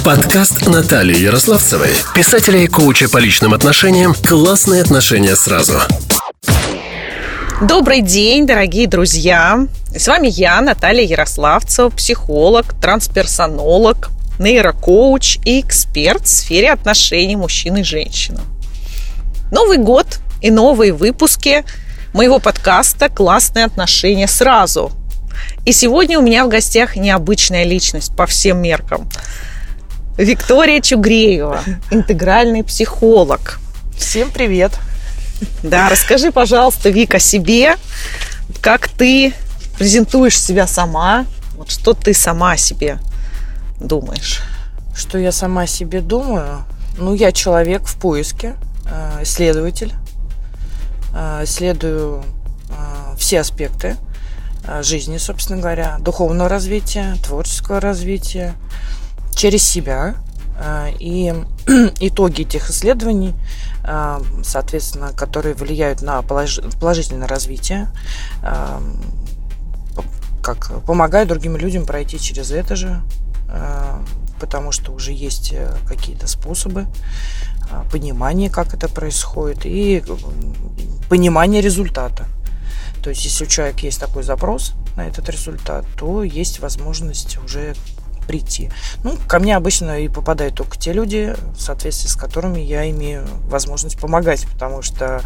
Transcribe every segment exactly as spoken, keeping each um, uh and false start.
Подкаст Натальи Ярославцевой, писателя и коуча по личным отношениям «Классные отношения сразу». Добрый день, дорогие друзья! С вами я, Наталья Ярославцева, психолог, трансперсонолог, нейрокоуч и эксперт в сфере отношений мужчин и женщин. Новый год и новые выпуски моего подкаста «Классные отношения сразу». И сегодня у меня в гостях необычная личность по всем меркам. Виктория Чугреева, интегральный психолог. Всем привет! Да, расскажи, пожалуйста, Вика, о себе, как ты презентуешь себя сама, вот что ты сама о себе думаешь? Что я сама о себе думаю? Ну, я человек в поиске, исследователь, исследую все аспекты жизни, собственно говоря, духовного развития, творческого развития, через себя. И итоги этих исследований, соответственно, которые влияют на положительное развитие, как помогают другим людям пройти через это же, потому что уже есть какие-то способы понимания, как это происходит, и понимания результата. То есть, если у человека есть такой запрос на этот результат, то есть возможность уже прийти. Ну, ко мне обычно и попадают только те люди, в соответствии с которыми я имею возможность помогать, потому что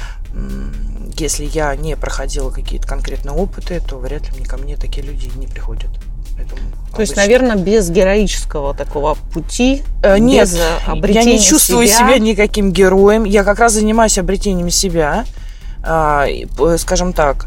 если я не проходила какие-то конкретные опыты, то вряд ли ко мне такие люди не приходят. Поэтому то обычно... есть, наверное, без героического такого пути, Нет, без обретения я не чувствую себя... себя никаким героем. Я как раз занимаюсь обретением себя. Скажем так,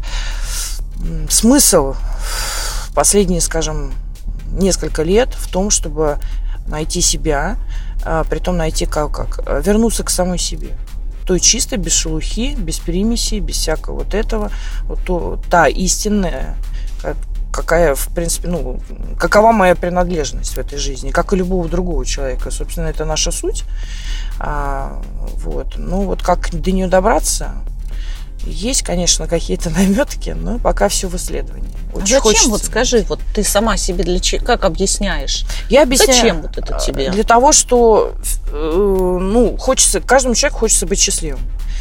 смысл последние, скажем, несколько лет в том, чтобы найти себя, притом найти как, как вернуться к самой себе. Той чистой, без шелухи, без примесей, без всякого вот этого. Вот то, та истинная, какая, в принципе, ну, какова моя принадлежность в этой жизни, как и любого другого человека. Собственно, это наша суть. А, вот. Ну, вот как до нее добраться... Есть, конечно, какие-то наметки, но пока все в исследовании. Очень а зачем, хочется... вот скажи, вот ты сама себе для чего, как объясняешь? Я объясняю. Зачем вот это тебе? Для того, что, ну, хочется, каждому человеку хочется быть счастливым.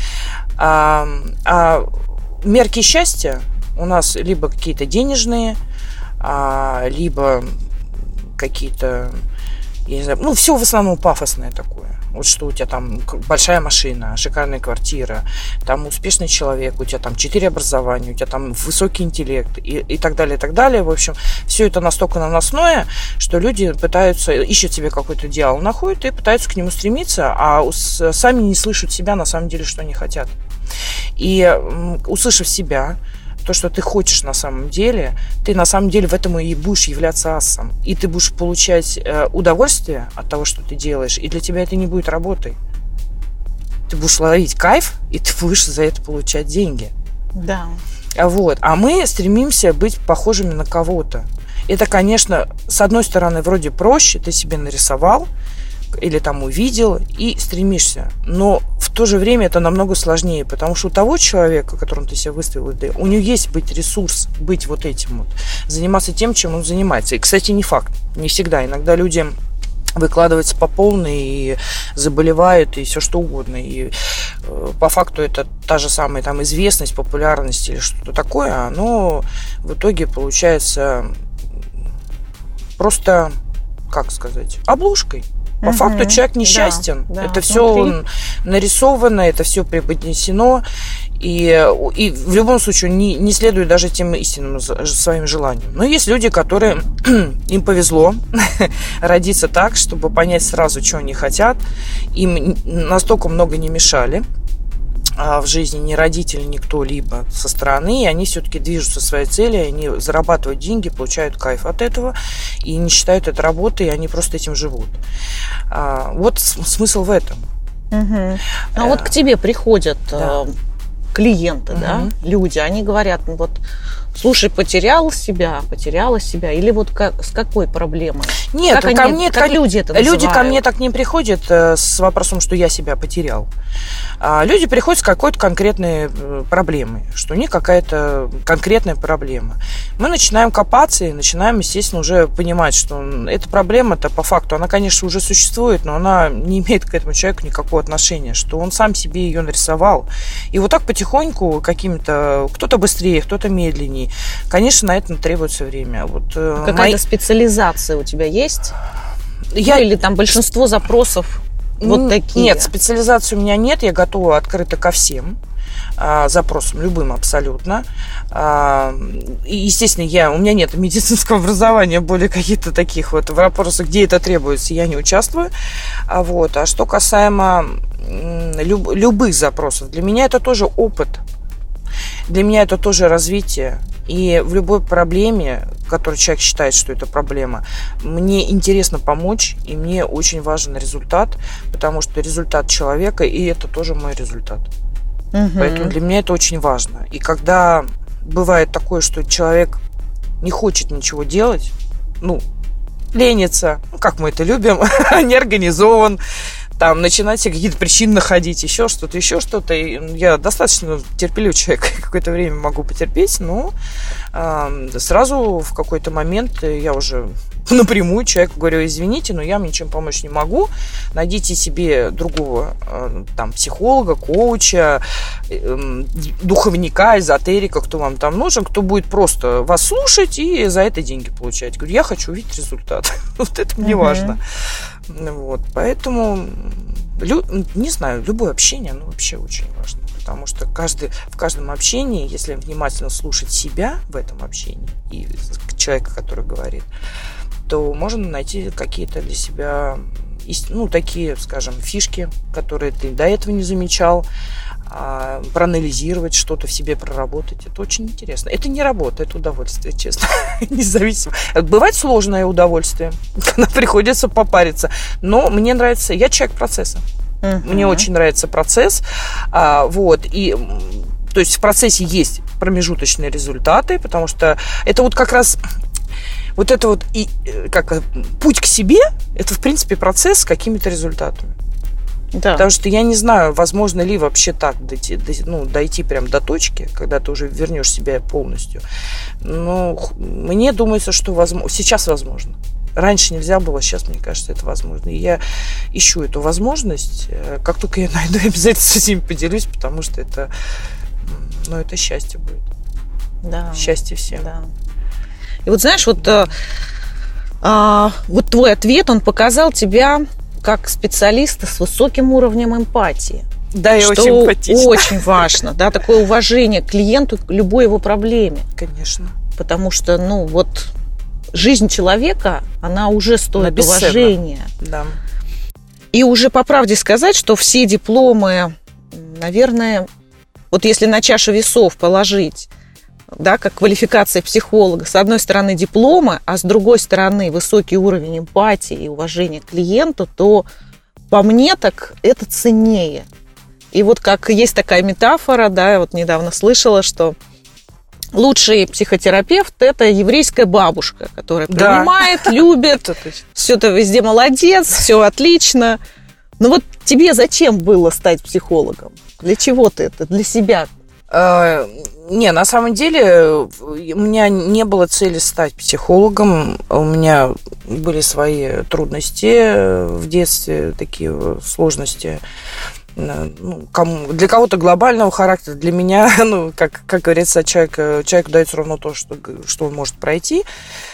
А, а мерки счастья у нас либо какие-то денежные, а, либо какие-то, я не знаю, ну, все в основном пафосное такое. Вот что у тебя там большая машина, шикарная квартира, там успешный человек, у тебя там четыре образования, у тебя там высокий интеллект и, и так далее, и так далее. В общем, все это настолько наносное, что люди пытаются, ищут себе какой-то идеал, находят и пытаются к нему стремиться, а сами не слышат себя на самом деле, что они хотят. И услышав себя, то, что ты хочешь на самом деле, ты на самом деле в этом и будешь являться асом. И ты будешь получать э, удовольствие от того, что ты делаешь, и для тебя это не будет работой. Ты будешь ловить кайф, и ты будешь за это получать деньги. Да. Вот. А мы стремимся быть похожими на кого-то. Это, конечно, с одной стороны, вроде проще, ты себе нарисовал, или там увидел, и стремишься. Но в то же время это намного сложнее, потому что у того человека, которым ты себя выставил, у него есть быть ресурс, быть вот этим вот, заниматься тем, чем он занимается. И, кстати, не факт, не всегда. Иногда люди выкладываются по полной и заболевают, и все что угодно. И э, по факту это та же самая там известность, популярность или что-то такое, оно в итоге получается просто, как сказать, обложкой. По угу. факту человек несчастен. Да, да. Это все нарисовано, это все преподнесено. И, и в любом случае он не, не следует даже тем истинным своим желаниям. Но есть люди, которые им повезло родиться так, чтобы понять сразу, что они хотят. Им настолько много не мешали в жизни ни родители, ни кто-либо со стороны, и они все-таки движутся к своей цели, они зарабатывают деньги, получают кайф от этого, и не считают это работой, и они просто этим живут. Вот смысл в этом. Угу. А вот к тебе приходят да. клиенты, угу. да, люди, они говорят, ну вот, Слушай, потерял себя, потеряла себя, или вот как, с какой проблемой? Нет, как ко они, мне, как ко, люди это люди называют? ко мне так не приходят э, с вопросом, что я себя потерял. А люди приходят с какой-то конкретной проблемой, что у них какая-то конкретная проблема. Мы начинаем копаться и начинаем, естественно, уже понимать, что эта проблема-то по факту, она, конечно, уже существует, но она не имеет к этому человеку никакого отношения, что он сам себе ее нарисовал. И вот так потихоньку какими-то, кто-то быстрее, кто-то медленнее. Конечно, на это требуется время. Вот, какая-то мои... специализация у тебя есть? Я... Ну, или там большинство запросов вот такие? Нет, специализации у меня нет. Я готова открыто ко всем а, запросам, любым абсолютно. А, и, естественно, я, у меня нет медицинского образования, более каких-то таких вот вопросов, где это требуется, я не участвую. А, вот. А что касаемо люб, любых запросов, для меня это тоже опыт. Для меня это тоже развитие. И в любой проблеме, которой человек считает, что это проблема, мне интересно помочь, и мне очень важен результат, потому что результат человека, и это тоже мой результат. Угу. Поэтому для меня это очень важно. И когда бывает такое, что человек не хочет ничего делать, ну, ленится, ну, как мы это любим, не организован, там, начинать себе какие-то причины находить, еще что-то, еще что-то. И я достаточно терпеливый человек, какое-то время могу потерпеть, но э, сразу в какой-то момент я уже напрямую человеку говорю: извините, но я вам ничем помочь не могу, найдите себе другого э, там психолога, коуча, э, духовника, эзотерика, кто вам там нужен, кто будет просто вас слушать и за это деньги получать. Говорю, я хочу увидеть результат. Вот это мне важно. Вот, поэтому, лю, не знаю, любое общение, ну, вообще очень важно, потому что каждый, в каждом общении, если внимательно слушать себя в этом общении и человека, который говорит, то можно найти какие-то для себя, ну, такие, скажем, фишки, которые ты до этого не замечал, проанализировать, что-то в себе проработать. Это очень интересно. Это не работа, это удовольствие, честно. Независимо. Бывает сложное удовольствие, когда приходится попариться. Но мне нравится... Я человек процесса. Uh-huh. Мне очень нравится процесс. А, вот. И... То есть в процессе есть промежуточные результаты, потому что это вот как раз... Вот это вот и, как, путь к себе, это, в принципе, процесс с какими-то результатами. Да. Потому что я не знаю, возможно ли вообще так дойти, ну, дойти прям до точки, когда ты уже вернешь себя полностью. Но мне думается, что возможно, сейчас возможно. Раньше нельзя было, сейчас, мне кажется, это возможно. И я ищу эту возможность. Как только я найду, я обязательно с этим поделюсь, потому что это, ну, это счастье будет. Да. Счастье всем. Да. И вот знаешь, вот, а, а, вот твой ответ, он показал тебя как специалиста с высоким уровнем эмпатии. Да, и что очень эмпатично. Очень важно, да, такое уважение к клиенту, к любой его проблеме. Конечно. Потому что, ну, вот жизнь человека, она уже стоит уважения. Да. И уже по правде сказать, что все дипломы, наверное, вот если на чашу весов положить, да, как квалификация психолога, с одной стороны дипломы, а с другой стороны высокий уровень эмпатии и уважения к клиенту, то по мне так это ценнее. И вот как есть такая метафора, да, я вот недавно слышала, что лучший психотерапевт – это еврейская бабушка, которая принимает, да. любит, все это везде молодец, все отлично. Но вот тебе зачем было стать психологом? Для чего ты это? Для себя? Не, на самом деле у меня не было цели стать психологом. У меня были свои трудности в детстве, такие сложности. Ну, кому, для кого-то глобального характера, для меня, ну, как, как говорится, человек, человеку дается ровно то, что, что он может пройти.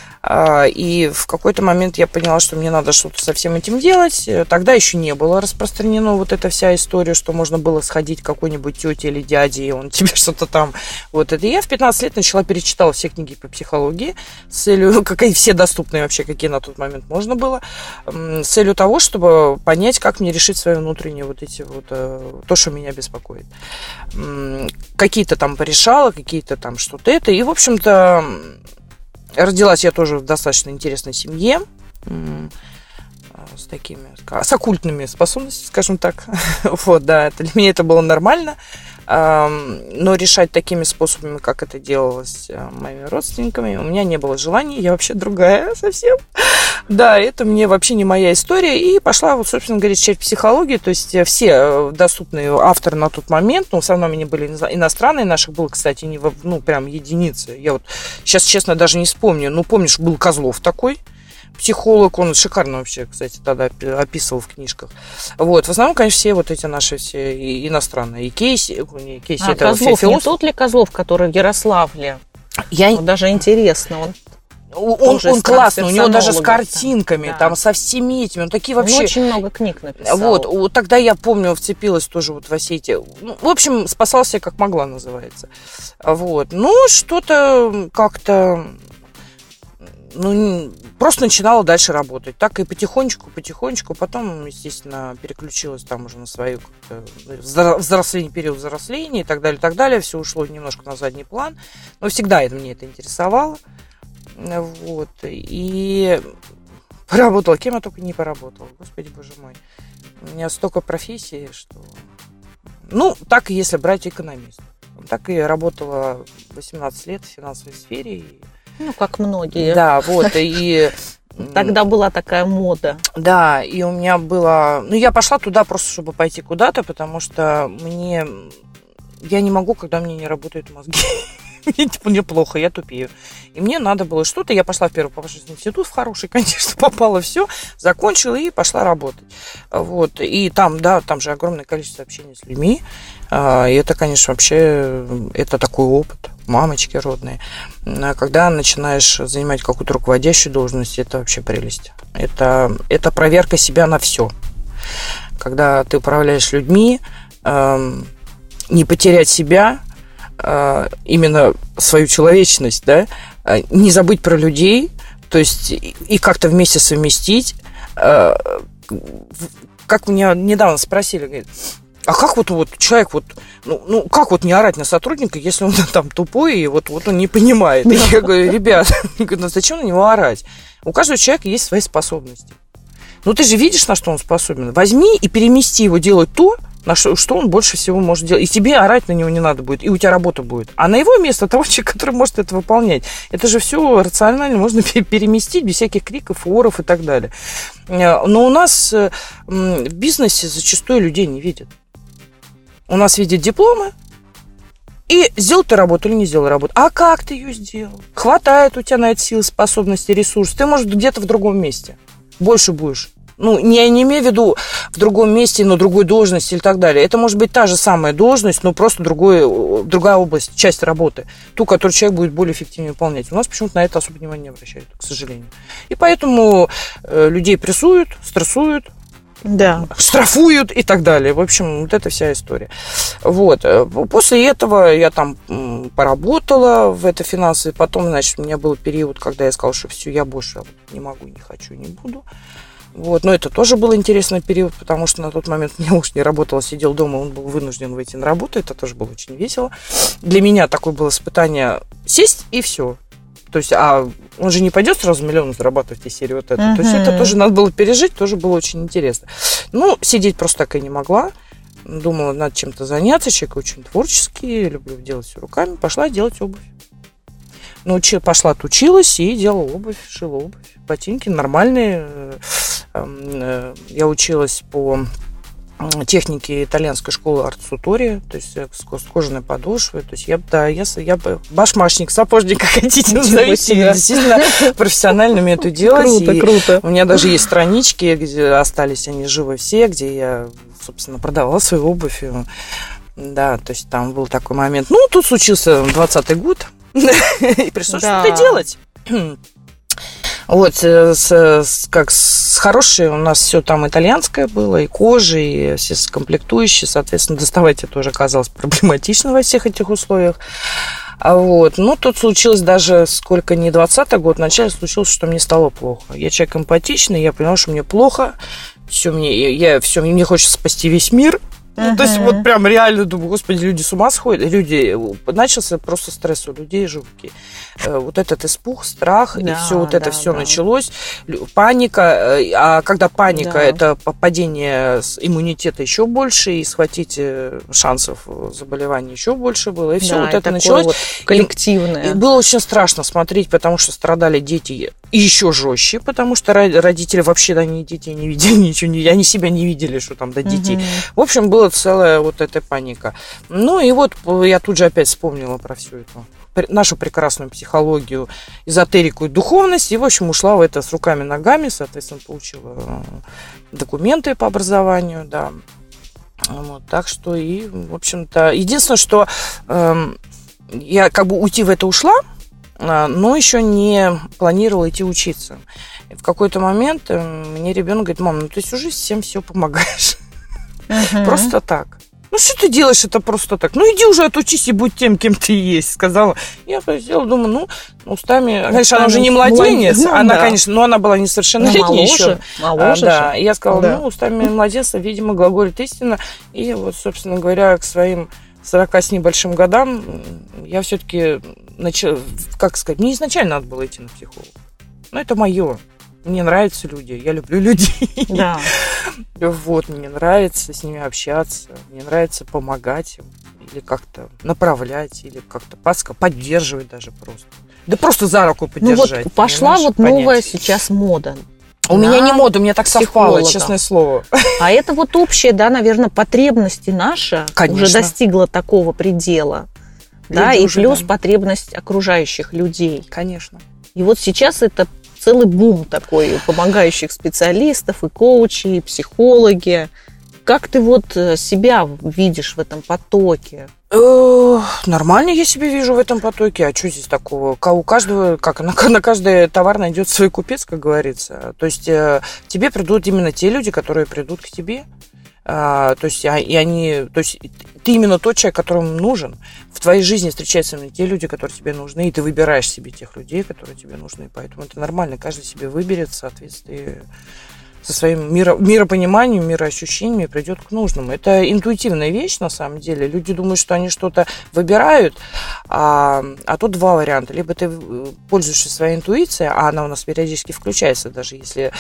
И в какой-то момент я поняла, что мне надо что-то со всем этим делать. Тогда еще не было распространено вот эта вся история, что можно было сходить к какой-нибудь тете или дяде, и он тебе что-то там... Вот это. И я в пятнадцать лет начала, перечитала все книги по психологии с целью, как и все доступные вообще, какие на тот момент можно было, с целью того, чтобы понять, как мне решить свои внутренние вот эти вот... То, что меня беспокоит. Какие-то там порешала, какие-то там что-то это. И, в общем-то... Родилась я тоже в достаточно интересной семье с такими, с оккультными способностями, скажем так. Вот, да, это, для меня это было нормально. Но решать такими способами, как это делалось моими родственниками, у меня не было желания. Я вообще другая совсем. Да, это мне вообще не моя история. И пошла, вот, собственно говоря, изучать психологию. То есть все доступные авторы на тот момент, ну, в основном они были иностранные, наших было, кстати, не, ну, прям единицы. Я вот сейчас, честно, даже не вспомню. Ну, помнишь, был Козлов такой, психолог, он шикарно вообще, кстати, тогда описывал в книжках. Вот, в основном, конечно, все вот эти наши все иностранные. И Кейси, не, Кейси а, это Козлов, философ. не тот ли Козлов, который в Ярославле? Я... Вот даже интересно, он... Он, он классный, у него даже с картинками, там, да. там со всеми этими, он такие вообще... Он очень много книг написал. Вот, тогда я помню, вцепилась тоже вот во все эти... Ну, в общем, спасался как могла, называется. Вот, ну, что-то как-то... Ну, просто начинала дальше работать. Так и потихонечку, потихонечку. Потом, естественно, переключилась там уже на свою взросление, период взросления и так далее, и так далее. Все ушло немножко на задний план. Но всегда это, мне это интересовало. Вот. И поработала. Кем я только не поработала. Господи, боже мой. У меня столько профессий, что... Ну, так и если брать экономист. Так и работала восемнадцать лет в финансовой сфере. И... Ну, как многие. Да, вот, и... Тогда была такая мода. Да, и у меня было... Ну, я пошла туда просто, чтобы пойти куда-то, потому что мне... Я не могу, когда мне не работают мозги. Мне плохо, я тупею. И мне надо было что-то. Я пошла в первый попавшийся институт, в хороший, конечно, попала, все, закончила и пошла работать. Вот. И там, да, там же огромное количество общения с людьми. И это, конечно, вообще, это такой опыт. Мамочки родные. Когда начинаешь занимать какую-то руководящую должность, это вообще прелесть. Это, это проверка себя на все. Когда ты управляешь людьми, э, не потерять себя, э, именно свою человечность, да, э, не забыть про людей, то есть и, и как-то вместе совместить. Э, как меня недавно спросили, говорит, а как вот, вот человек, вот, ну, ну, как вот не орать на сотрудника, если он там тупой, и вот, вот он не понимает? И я говорю, ребят, ну зачем на него орать? У каждого человека есть свои способности. Ну, ты же видишь, на что он способен. Возьми и перемести его делать то, на что, что он больше всего может делать. И тебе орать на него не надо будет, и у тебя работа будет. А на его место того человека, который может это выполнять. Это же все рационально можно переместить без всяких криков, оров и так далее. Но у нас в бизнесе зачастую людей не видят. У нас видят дипломы, и сделал ты работу или не сделал работу. А как ты ее сделал? Хватает у тебя на это силы, способности, ресурс. Ты, может, где-то в другом месте. Больше будешь. Ну, не, я не имею в виду в другом месте, на другой должности или так далее. Это может быть та же самая должность, но просто другой, другая область, часть работы. Ту, которую человек будет более эффективнее выполнять. У нас почему-то на это особо внимания не обращают, к сожалению. И поэтому э, людей прессуют, стрессуют, да. штрафуют и так далее. В общем, вот это вся история. Вот. После этого я там поработала в этой финансовой. Потом, значит, у меня был период, когда я сказала, что все, я больше не могу, не хочу, не буду. Вот. Но это тоже был интересный период, потому что на тот момент мне муж не работал, сидел дома, он был вынужден выйти на работу. Это тоже было очень весело. Для меня такое было испытание сесть и все. То есть, а он же не пойдет сразу миллион зарабатывать из серии вот это. Uh-huh. То есть, это тоже надо было пережить, тоже было очень интересно. Ну, сидеть просто так и не могла. Думала, надо чем-то заняться. Человек очень творческий, люблю делать все руками. Пошла делать обувь. Научи, пошла, отучилась и делала обувь, шила обувь. Ботинки нормальные. Я училась по техники итальянской школы арт-сутория, то есть с кожаной подошвой. То есть я, да, я, я башмачник, сапожник, как хотите, назовите. Действительно профессионально умею это делать. Круто, и круто. У меня даже есть странички, где остались они живы все, где я, собственно, продавала свою обувь. Да, то есть там был такой момент. Ну, тут случился двадцатый год, и пришлось да. что-то делать. Вот, с, с, как с хорошей у нас все там итальянское было, и кожа, и все комплектующие, соответственно, доставать это уже оказалось проблематично во всех этих условиях. А вот, ну, тут случилось даже, сколько не двадцатый год, вначале случилось, что мне стало плохо. Я человек эмпатичный, я поняла, что мне плохо, все мне, я, все, мне хочется спасти весь мир. Ну, то есть вот прям реально думаю, господи, люди с ума сходят. Люди, начался просто стресс у людей жуткий. Вот этот испуг, страх, да, и все вот это да, все да. началось. Паника. А когда паника, да. это падение иммунитета еще больше, и схватить шансов заболевания еще больше было. И все да, вот это началось. Вот коллективное. И, и было очень страшно смотреть, потому что страдали дети еще жестче, потому что родители вообще да, ни детей не видели, ничего не, они себя не видели, что там до детей. Угу. В общем, была целая вот эта паника. Ну и вот я тут же опять вспомнила про всю эту нашу прекрасную психологию, эзотерику и духовность, и, в общем, ушла в это с руками-ногами, соответственно, получила документы по образованию, да. Вот, так что и, в общем-то, единственное, что э, я как бы уйти в это ушла, но еще не планировала идти учиться. И в какой-то момент мне ребенок говорит: мам, ну ты всю жизнь всем все помогаешь. Uh-huh. Просто так. Ну, что ты делаешь это просто так? Ну, иди уже отучись и будь тем, кем ты есть, сказала. Я посидела, думаю, ну, устами... Конечно, она уже не младенец, ну, она, да. конечно, но она была несовершеннолетняя ну, еще. Моложе, а, да. И я сказала, да. ну, устами младенца, видимо, глаголит истина. И вот, собственно говоря, к своим сорока с небольшим годам я все-таки начала... Как сказать, мне изначально надо было идти на психолога. Но это мое. Мне нравятся люди, я люблю людей. Да. Вот, мне нравится с ними общаться, мне нравится помогать им, или как-то направлять, или как-то паска, поддерживать даже просто. Да просто за руку поддержать. Ну вот пошла вот новая понять. Сейчас мода. У меня не мода, у меня так совпало, честное слово. А это вот общая, да, наверное, потребности наша Конечно. Уже достигла такого предела. Люди да, и уже, плюс да. потребность окружающих людей. Конечно. И вот сейчас это целый бум такой помогающих специалистов, и коучи, и психологи. Как ты вот себя видишь в этом потоке? Нормально я себя вижу в этом потоке. А что здесь такого? У каждого, как на, на каждый товар найдет свой купец, как говорится. То есть тебе придут именно те люди, которые придут к тебе. А, то есть, и они, то есть ты именно тот человек, которому нужен. В твоей жизни встречаются именно те люди, которые тебе нужны, и ты выбираешь себе тех людей, которые тебе нужны. Поэтому это нормально. Каждый себе выберет в соответствии со своим миро, миропониманием, мироощущениями, придет к нужному. Это интуитивная вещь, на самом деле. Люди думают, что они что-то выбирают, а, а тут два варианта. Либо ты пользуешься своей интуицией, а она у нас периодически включается, даже если...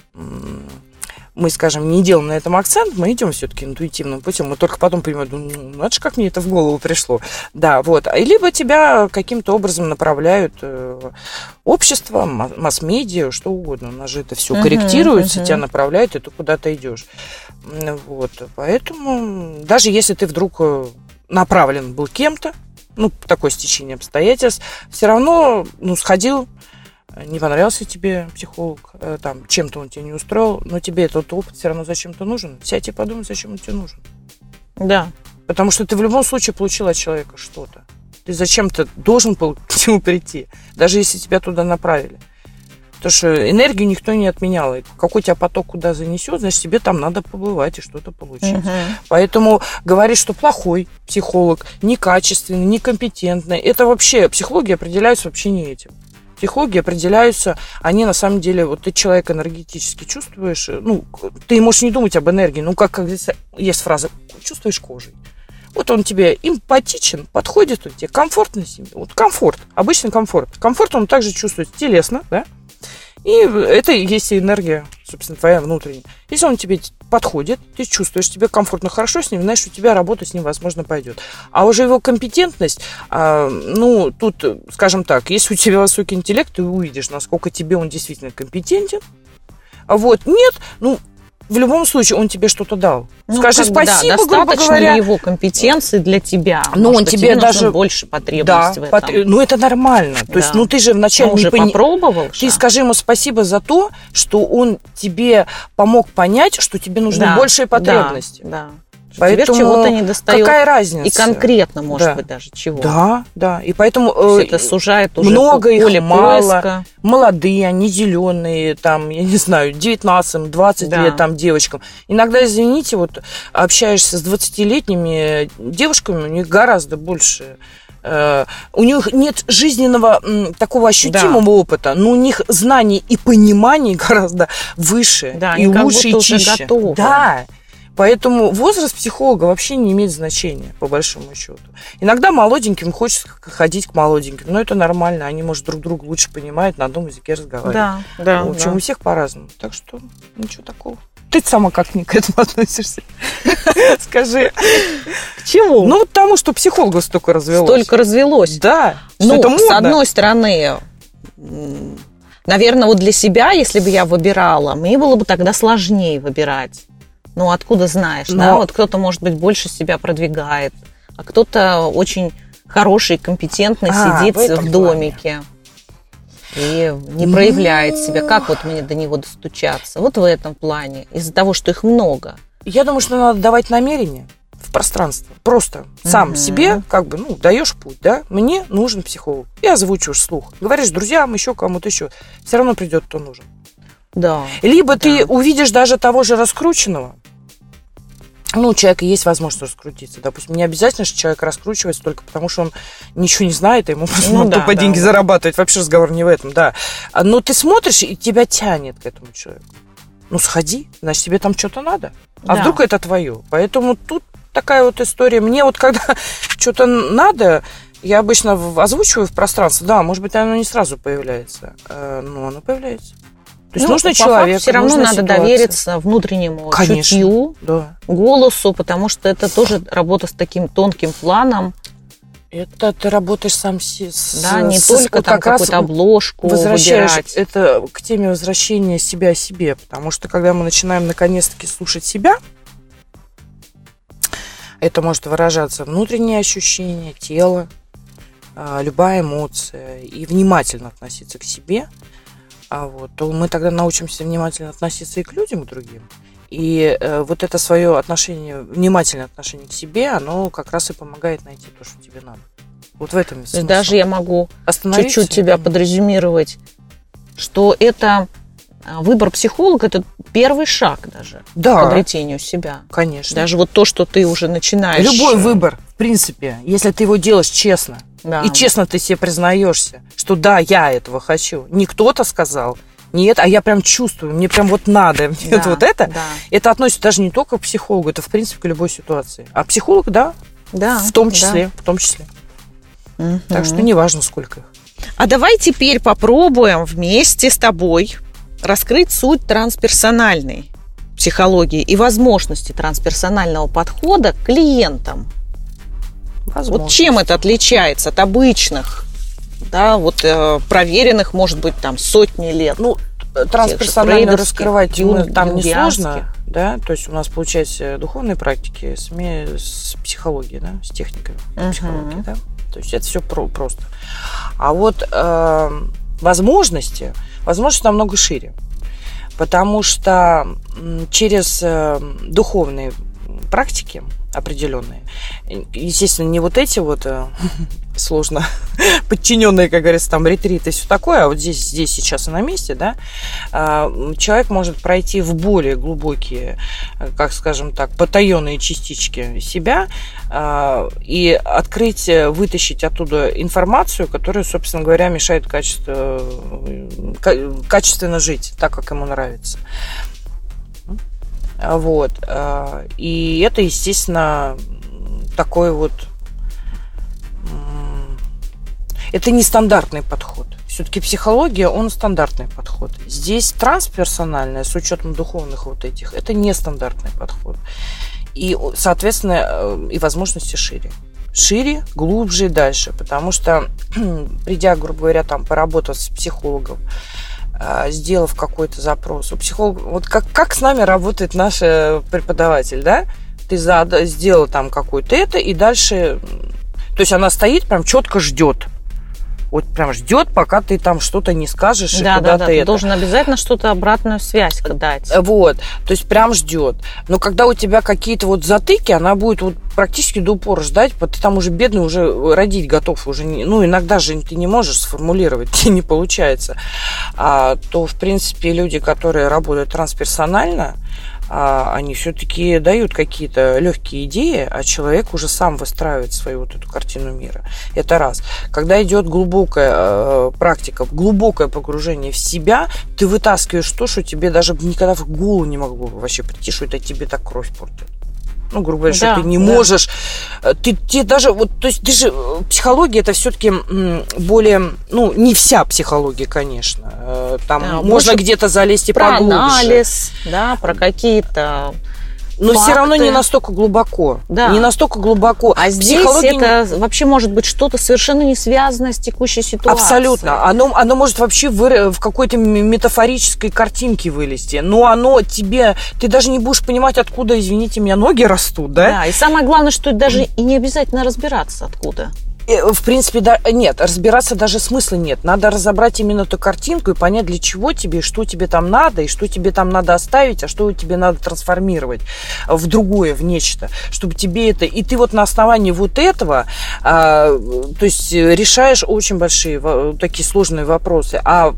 мы, скажем, не делаем на этом акцент, мы идем все-таки интуитивным путем, мы только потом понимаем, ну, надо же, как мне это в голову пришло. Да, вот. Либо тебя каким-то образом направляют общество, масс-медиа, что угодно. У нас же это все uh-huh, корректируется, uh-huh. тебя направляют, и ты куда-то идешь. Вот. Поэтому даже если ты вдруг направлен был кем-то, ну, такое стечение обстоятельств, все равно, ну, сходил, не понравился тебе психолог, там, чем-то он тебя не устроил, но тебе этот опыт все равно зачем-то нужен. Сядь и подумай, зачем он тебе нужен. Да. Потому что ты в любом случае получил от человека что-то. Ты зачем-то должен был к нему прийти, даже если тебя туда направили. Потому что энергию никто не отменял. И какой тебя поток куда занесет, значит, тебе там надо побывать и что-то получить. Угу. Поэтому говорить, что плохой психолог, некачественный, некомпетентный, это вообще, психологи определяются вообще не этим. Психологи определяются, они на самом деле, вот ты человека энергетически чувствуешь, ну, ты можешь не думать об энергии, ну, как, как есть фраза, чувствуешь кожей. Вот он тебе эмпатичен, подходит, он тебе комфортно с ним, вот комфорт, обычный комфорт. Комфорт он также чувствует телесно, да, и это и есть энергия, собственно, твоя внутренняя. Если он тебе подходит, ты чувствуешь, тебе комфортно, хорошо с ним, знаешь, что у тебя работа с ним, возможно, пойдет. А уже его компетентность, ну, тут, скажем так, если у тебя высокий интеллект, ты увидишь, насколько тебе он действительно компетентен. А вот нет, ну, в любом случае он тебе что-то дал. Ну, Скажи спасибо, да, грубо говоря. Его компетенции для тебя. Ну, он тебе, тебе даже больше потребности да, в этом. Пот... Ну, это нормально. Да. То есть, ну, ты же вначале он не уже пони... попробовал. Ты скажи ему спасибо за то, что он тебе помог понять, что тебе нужны да, большие потребности. Да, да. Поэтому тебе чего-то не достает. Какая разница? И конкретно, может да. быть, даже чего. Да, да. И поэтому это сужает уже много их, поле мало. Поиска. Молодые, они зеленые, там, я не знаю, девятнадцать-двадцать да. лет там девочкам. Иногда, извините, вот общаешься с двадцатилетними девушками, у них гораздо больше... Uh, у них нет жизненного м, такого ощутимого да. опыта, но у них знаний и пониманий гораздо выше, да, и лучше, и чище. Готовы. Да. Поэтому возраст психолога вообще не имеет значения, по большому счету. Иногда молоденьким хочется ходить к молоденьким, но это нормально, они, может, друг друга лучше понимают, на одном языке разговаривают. Да, да. В общем, да. у всех по-разному. Так что ничего такого. Ты сама как не к этому относишься? Скажи. К чему? Ну, потому что психологов столько развелось. Столько развелось. Да. Ну, это с одной стороны, наверное, вот для себя, если бы я выбирала, мне было бы тогда сложнее выбирать. Ну, откуда знаешь, Но... да? Вот кто-то, может быть, больше себя продвигает, а кто-то очень хороший, компетентный, а, сидит в, в домике и не проявляет себя. Как вот мне до него достучаться? Вот в этом плане. Из-за того, что их много. Я думаю, что надо давать намерение в пространство. Просто сам Мгм. себе как бы, ну, даешь путь, да? Мне нужен психолог. И озвучиваешь вслух. Говоришь друзьям, еще кому-то еще. Все равно придет, кто нужен. Да. Либо Да. ты увидишь даже того же раскрученного. Ну, у человека есть возможность раскрутиться. Допустим, не обязательно, что человек раскручивается только потому, что он ничего не знает, и ему просто Ну надо да, тупо да, деньги да. зарабатывать. Вообще разговор не в этом, да. А, Но ты смотришь, и тебя тянет к этому человеку. Ну, сходи, значит, тебе там что-то надо. А Да. вдруг это твое? Поэтому тут такая вот история. Мне вот когда что-то надо, я обычно в- озвучиваю в пространство. Да, может быть, оно не сразу появляется, э, но оно появляется. То есть Ну, нужно по человек, все равно нужна надо ситуация. довериться внутреннему Конечно. чутью, Да. голосу, потому что это тоже работа с таким тонким планом. Это ты работаешь сам си- с... Да, не с- только вот там как раз какую-то обложку возвращаешь выбирать. это к теме возвращения себя о себе. Потому что когда мы начинаем наконец-таки слушать себя, это может выражаться внутренние ощущения, тело, а, любая эмоция, и внимательно относиться к себе, а вот, то мы тогда научимся внимательно относиться и к людям, к другим. И э, вот это свое отношение, внимательное отношение к себе, оно как раз и помогает найти то, что тебе надо. Вот в этом То есть смысл. даже я могу Остановиться чуть-чуть тебя и- подрезюмировать, что это а, выбор психолога, это первый шаг даже к Да, обретению себя. конечно. Даже вот то, что ты уже начинаешь. Любой э, выбор, в принципе, если ты его делаешь честно, да. и честно ты себе признаешься, что да, я этого хочу. Не кто-то сказал, нет, а я прям чувствую, мне прям вот надо, мне Да, вот, вот это. Да, Это относится даже не только к психологу, это в принципе к любой ситуации. А психолог, да, да, в том да. числе, в том числе. Мгм. Так что неважно, сколько их. А давай теперь попробуем вместе с тобой раскрыть суть трансперсональной психологии и возможности трансперсонального подхода к клиентам. Вот чем это отличается от обычных, да, вот э, проверенных, может быть, там сотни лет? Ну, трансперсонально фрейдовских, раскрывать мы юн- там юнгианских. несложно, да, то есть у нас получается духовные практики с, ме- с психологией, да, с техникой Мгм. психологии, да, то есть это все про- просто. А вот э, возможности, возможности намного шире, потому что м, через э, духовные практики определенные, естественно, не вот эти вот э, сложно подчиненные, как говорится, там ретриты и все такое, а вот здесь, здесь сейчас и на месте, да, э, человек может пройти в более глубокие, э, как скажем так, потаенные частички себя э, и открыть, э, вытащить оттуда информацию, которая, собственно говоря, мешает качество, э, ка- качественно жить так, как ему нравится. Вот. э, И это, естественно, такой вот... м, Это нестандартный подход. Все-таки психология, он стандартный подход. Здесь трансперсональное, с учетом духовных вот этих, это нестандартный подход. И, соответственно, э, и возможности шире. Шире, глубже и дальше. Потому что, придя, грубо говоря, там, поработав с психологом, сделав какой-то запрос. У психолога, вот как, как с нами работает наш преподаватель, да? Ты зада, сделал там какое-то это, и дальше... То есть она стоит, прям четко ждет. Вот прям ждет, пока ты там что-то не скажешь, и Да, куда да, да, ты ты это... должен обязательно что-то обратную связь дать. Вот, то есть прям ждет. Но когда у тебя какие-то вот затыки, она будет вот практически до упора ждать, ты там уже бедный, уже родить готов, уже не, ну, иногда же ты не можешь сформулировать, тебе не получается. А, то, в принципе, люди, которые работают трансперсонально, а, они все-таки дают какие-то легкие идеи, а человек уже сам выстраивает свою вот эту картину мира. Это раз. Когда идет глубокая э, практика, глубокое погружение в себя, ты вытаскиваешь то, что тебе даже никогда в голову не могло вообще прийти, что это тебе так кровь портит. Ну, грубо говоря, да, что ты не да. можешь. Ты, ты даже, вот, то есть, ты же, психология это все-таки более, ну, не вся психология, конечно. Там да, можно где-то залезть и про поглубже. Анализ, да, про какие-то. Но факты. Все равно не настолько глубоко. Да. Не настолько глубоко. А здесь Психология... это вообще может быть что-то совершенно не связано с текущей ситуацией. Абсолютно. Оно, оно может вообще в, в какой-то метафорической картинке вылезти. Но оно тебе... Ты даже не будешь понимать, откуда, извините меня, ноги растут, да? Да, и самое главное, что даже и не обязательно разбираться, откуда. В принципе, да, нет, разбираться даже смысла нет. Надо разобрать именно эту картинку и понять, для чего тебе, что тебе там надо, и что тебе там надо оставить, а что тебе надо трансформировать в другое, в нечто, чтобы тебе это... И ты вот на основании вот этого, а, то есть решаешь очень большие, такие сложные вопросы. А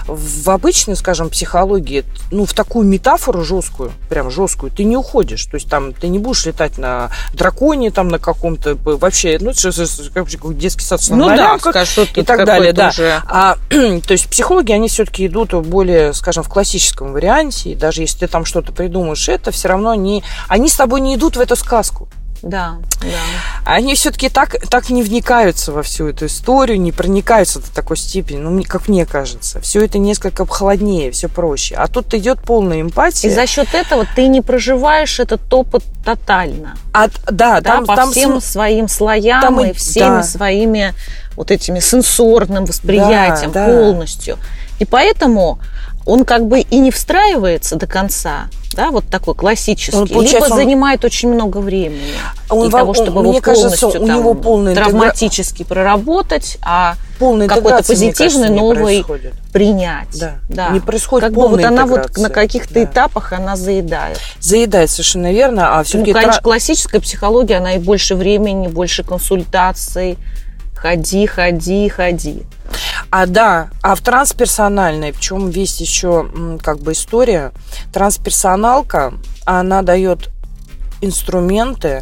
в обычной, скажем, психологии, ну, в такую метафору жесткую, прям жесткую, ты не уходишь. То есть там ты не будешь летать на драконе, там на каком-то... Вообще, ну, как детский сад с ну да, скажу, и так далее, да. Уже... А, то есть психологи, они все-таки идут более, скажем, в классическом варианте, и даже если ты там что-то придумаешь, это все равно они, они с тобой не идут в эту сказку. Да, да. Они все-таки так, так не вникаются во всю эту историю, не проникаются до такой степени, ну, как мне кажется. Все это несколько холоднее, все проще. А тут идет полная эмпатия. И за счет этого ты не проживаешь этот опыт тотально. От, да, да, там, по там всем с... своим слоям там и всеми да. своими вот этими сенсорным восприятием да, полностью. Да. И поэтому он как бы и не встраивается до конца, да, вот такой классический, он, либо он... занимает очень много времени он, для того, чтобы он, его мне полностью кажется, у там, него полный травматически интегра... проработать, а полная какой-то позитивный кажется, новый принять. Да. Да. Не происходит как полная бы вот она интеграция. Вот на каких-то да. этапах она заедает. Заедает, совершенно верно. А все-таки ну, конечно, классическая психология, она и больше времени, больше консультаций. Ходи, ходи, ходи. А да, а в трансперсональной, в чем весь еще как бы история, трансперсоналка, она дает инструменты,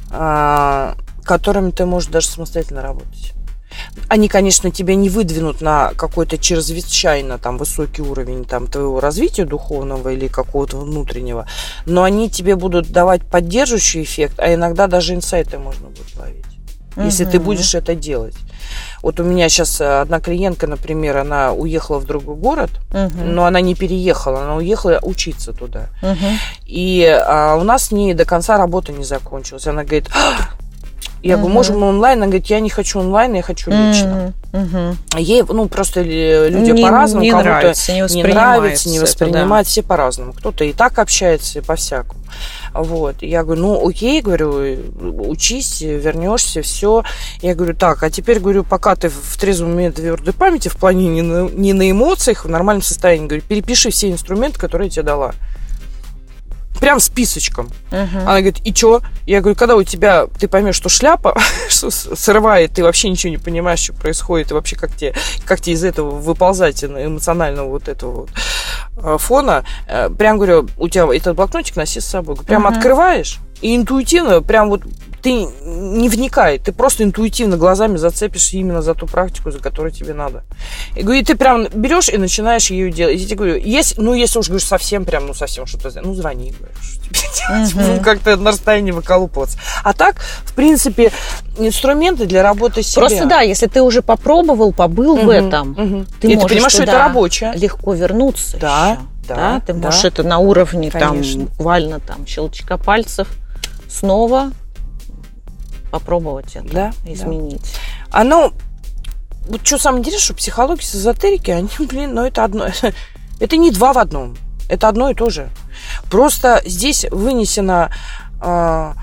которыми ты можешь даже самостоятельно работать. Они, конечно, тебя не выдвинут на какой-то чрезвычайно там, высокий уровень там, твоего развития духовного или какого-то внутреннего, но они тебе будут давать поддерживающий эффект, а иногда даже инсайты можно будет ловить. Если угу. ты будешь это делать. Вот у меня сейчас одна клиентка, например, она уехала в другой город, угу. но она не переехала, она уехала учиться туда. Угу. И а, у нас с ней до конца работа не закончилась. Она говорит, я угу. говорю, можем мы онлайн? Она говорит, я не хочу онлайн, я хочу лично. Угу. Ей, ну, просто люди не, по-разному. Не кому-то нравится, не, не нравится, не воспринимает, это, да. все по-разному. Кто-то и так общается, и по-всякому. Вот. Я говорю, ну, окей, говорю, учись, вернешься, все. Я говорю, так, а теперь, говорю, пока ты в трезвом уме, твердой памяти, в плане не на, не на эмоциях, в нормальном состоянии, говорю, перепиши все инструменты, которые я тебе дала. Прям списочком. Uh-huh. Она говорит, и что? Я говорю, когда у тебя, ты поймешь, что шляпа что срывает, ты вообще ничего не понимаешь, что происходит, и вообще как тебе, как тебе из этого выползать, эмоционального вот этого вот фона. Прям говорю, у тебя этот блокнотик носи с собой. Прям uh-huh. открываешь, и интуитивно, прям вот ты не вникай, ты просто интуитивно глазами зацепишь именно за ту практику, за которую тебе надо. И говорю, и ты прям берешь и начинаешь ее делать. И я тебе говорю, если, ну, если уж говоришь совсем, прям, ну, совсем что-то, ну, звони, говорю, что тебе делать, uh-huh. ну, как-то на расстоянии выколупываться. А так, в принципе, инструменты для работы с себя. Просто да, если ты уже попробовал, побыл uh-huh. в этом, uh-huh. ты и можешь ты понимаешь, что это рабочее. Легко вернуться да, еще. Да, да, ты да. можешь это на уровне, Конечно. там, буквально там, щелчка пальцев снова попробовать это, да, изменить. Да. Оно, вот что самое интересное, что психология с эзотерики, они, блин, ну это одно, это не два в одном, это одно и то же. Просто здесь вынесено э,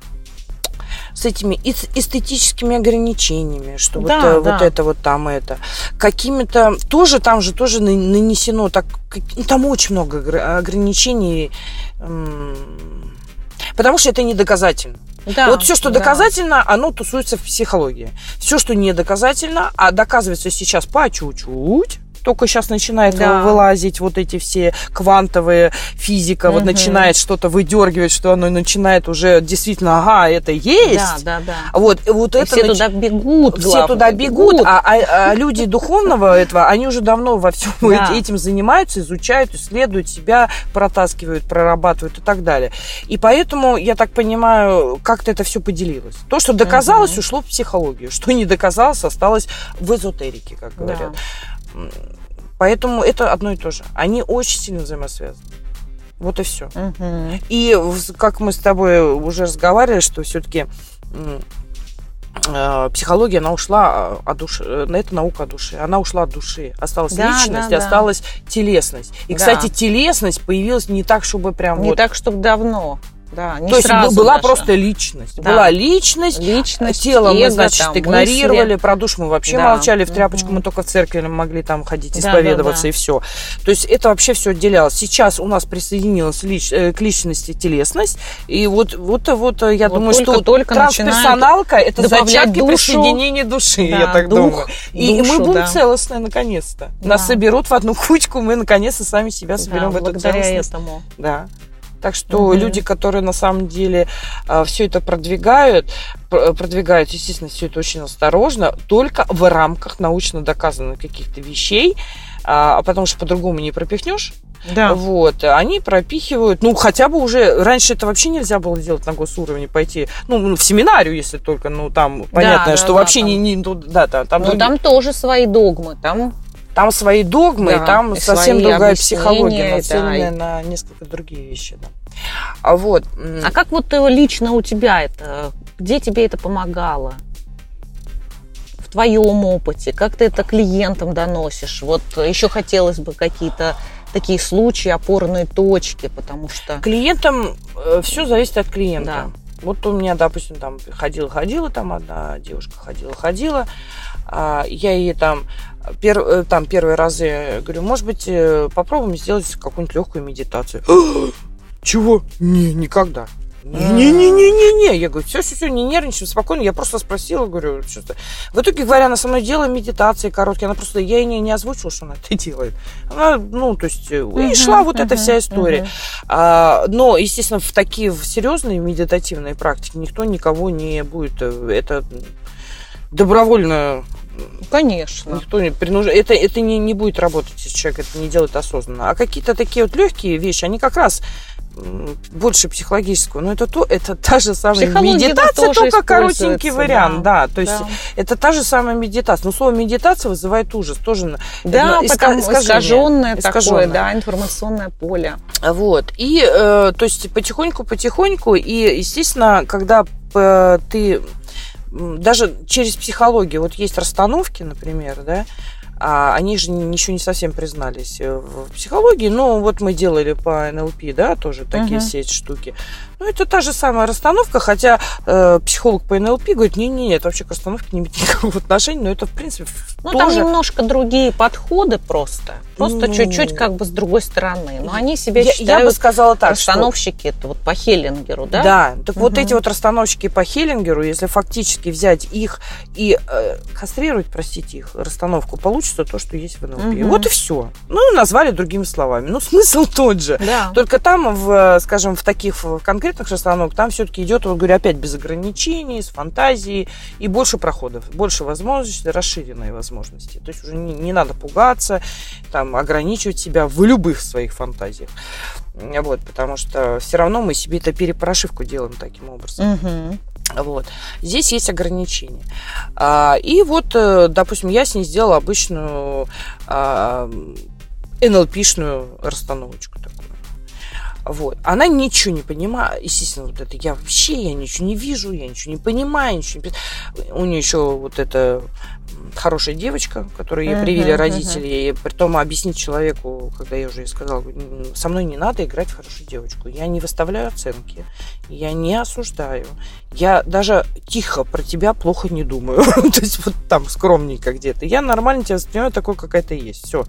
с этими эстетическими ограничениями, что да, вот, да. вот это вот там это, какими-то, тоже там же тоже нанесено, так, ну, там очень много ограничений, э, потому что это не доказательно. Да, вот все, что да. доказательно, оно тусуется в психологии. Все, что не доказательно, а доказывается сейчас по чуть-чуть, только сейчас начинает да. вылазить вот эти все квантовые физика, угу. вот начинает что-то выдергивать, что оно начинает уже действительно, ага, это есть. Да, да, да. Вот, вот и это все нач... туда бегут. Все главное, туда бегут, бегут. А, а, а люди духовного этого, они уже давно во всем да. этим занимаются, изучают, исследуют себя, протаскивают, прорабатывают и так далее. И поэтому, я так понимаю, как-то это все поделилось. То, что доказалось, угу. ушло в психологию. Что не доказалось, осталось в эзотерике, как говорят. Да. Поэтому это одно и то же. Они очень сильно взаимосвязаны. Вот и все. Угу. И как мы с тобой уже разговаривали, что все-таки э, психология, она ушла от души, это наука о душе. Она ушла от души. Осталась да, личность, да, осталась да. телесность. И, да. кстати, телесность появилась не так, чтобы прям Не вот... так, чтобы давно. Да, не То есть сразу была даже. просто личность. Да. Была личность, личность тело эго, мы, значит, там, игнорировали, мысли. Про душу мы вообще да. молчали, в тряпочку угу. мы только в церкви могли там ходить, да, исповедоваться да, да. и все. То есть это вообще все отделялось. Сейчас у нас присоединилась лич, к личности телесность, и вот, вот, вот я вот думаю, только, что только трансперсоналка – это зачатки душу, присоединения души, да, я так дух, думаю. И душу, мы будем да. целостны наконец-то. Да. Нас соберут в одну кучку, мы наконец-то сами себя соберем да, в эту целостность. Этому. Да. Так что угу. люди, которые на самом деле э, все это продвигают, продвигают, естественно, все это очень осторожно, только в рамках научно доказанных каких-то вещей, а, потому что по-другому не пропихнешь. Да. Вот, они пропихивают, ну, хотя бы уже, раньше это вообще нельзя было делать на госуровне, пойти, ну, в семинарию, если только, ну, там, понятно, да, что да, вообще да, не, не, да, да, там... Ну, другие... там тоже свои догмы, там... Там свои догмы, да, там совсем другая психология, нацеленная да. на несколько другие вещи. Да. А, вот. а как вот лично у тебя это? Где тебе это помогало? В твоем опыте? Как ты это клиентам доносишь? Вот еще хотелось бы какие-то такие случаи, опорные точки, потому что... Клиентам э, все зависит от клиента. Да. Вот у меня, допустим, там ходила-ходила, там одна девушка ходила-ходила, а, я ей там... Пер, там первые разы говорю, может быть, попробуем сделать какую-нибудь легкую медитацию. Чего? Не, никогда. Не-не-не-не-не. Я говорю, все-все-все, не нервничаем, спокойно. Я просто спросила, говорю, что-то. В итоге, говоря, она со мной делала медитации короткие. Она просто, я ей не, не озвучила, что она это делает. Она, ну, то есть, uh-huh, и шла вот uh-huh, эта вся история. Uh-huh. А, но, естественно, в такие в серьезные медитативные практики никто никого не будет. Это добровольно... Конечно. Никто не принуждает. Это, это не, не будет работать, если человек это не делает осознанно. А какие-то такие вот легкие вещи, они как раз больше психологического. Но это, то, это та же самая медитация, только коротенький вариант. Да. Да, то есть да. это та же самая медитация. Но слово медитация вызывает ужас. Тоже да, потому искаженное, искаженное такое, да, информационное поле. Вот. И, э, то есть, потихоньку-потихоньку. И, естественно, когда э, ты... Даже через психологию, вот есть расстановки, например, да, а они же ничего не совсем признались в психологии, но вот мы делали по эн эл пи, да, тоже такие uh-huh. все эти штуки. Ну, это та же самая расстановка, хотя э, психолог по эн эл пи говорит, не-не-не, это вообще к расстановке не имеет никакого отношения, но это, в принципе, ну, тоже... там немножко другие подходы просто, просто ну... чуть-чуть как бы с другой стороны, но они себя я, считают я бы сказала так, расстановщики, что... это вот по Хеллингеру, да? Да, так uh-huh. вот эти вот расстановщики по Хеллингеру, если фактически взять их и э, кастрировать, простите, их расстановку, получится то, что есть в эн эл пи. Uh-huh. Вот и все. Ну, назвали другими словами. Ну, смысл тот же. Да. Только там, в, скажем, в таких в конкретных расстановках, там все-таки идет, вот говорю, опять без ограничений, с фантазией и больше проходов, больше возможностей, расширенные возможности. То есть уже не, не надо пугаться, там, ограничивать себя в любых своих фантазиях. Вот, потому что все равно мы себе это перепрошивку делаем таким образом. Uh-huh. Вот. Здесь есть ограничения. А, и вот, допустим, я с ней сделала обычную а, эн эл пи-шную расстановочку такую. Вот. Она ничего не понимает. Естественно, вот это я вообще, я ничего не вижу, я ничего не понимаю, ничего не... У нее еще вот эта хорошая девочка, которую ей привили uh-huh, родители, uh-huh. и притом объяснить человеку, когда я уже ей сказала, со мной не надо играть в хорошую девочку. Я не выставляю оценки, я не осуждаю. Я даже тихо про тебя плохо не думаю. То есть вот там скромненько где-то. Я нормально тебя воспринимаю такой, какая ты есть. Все.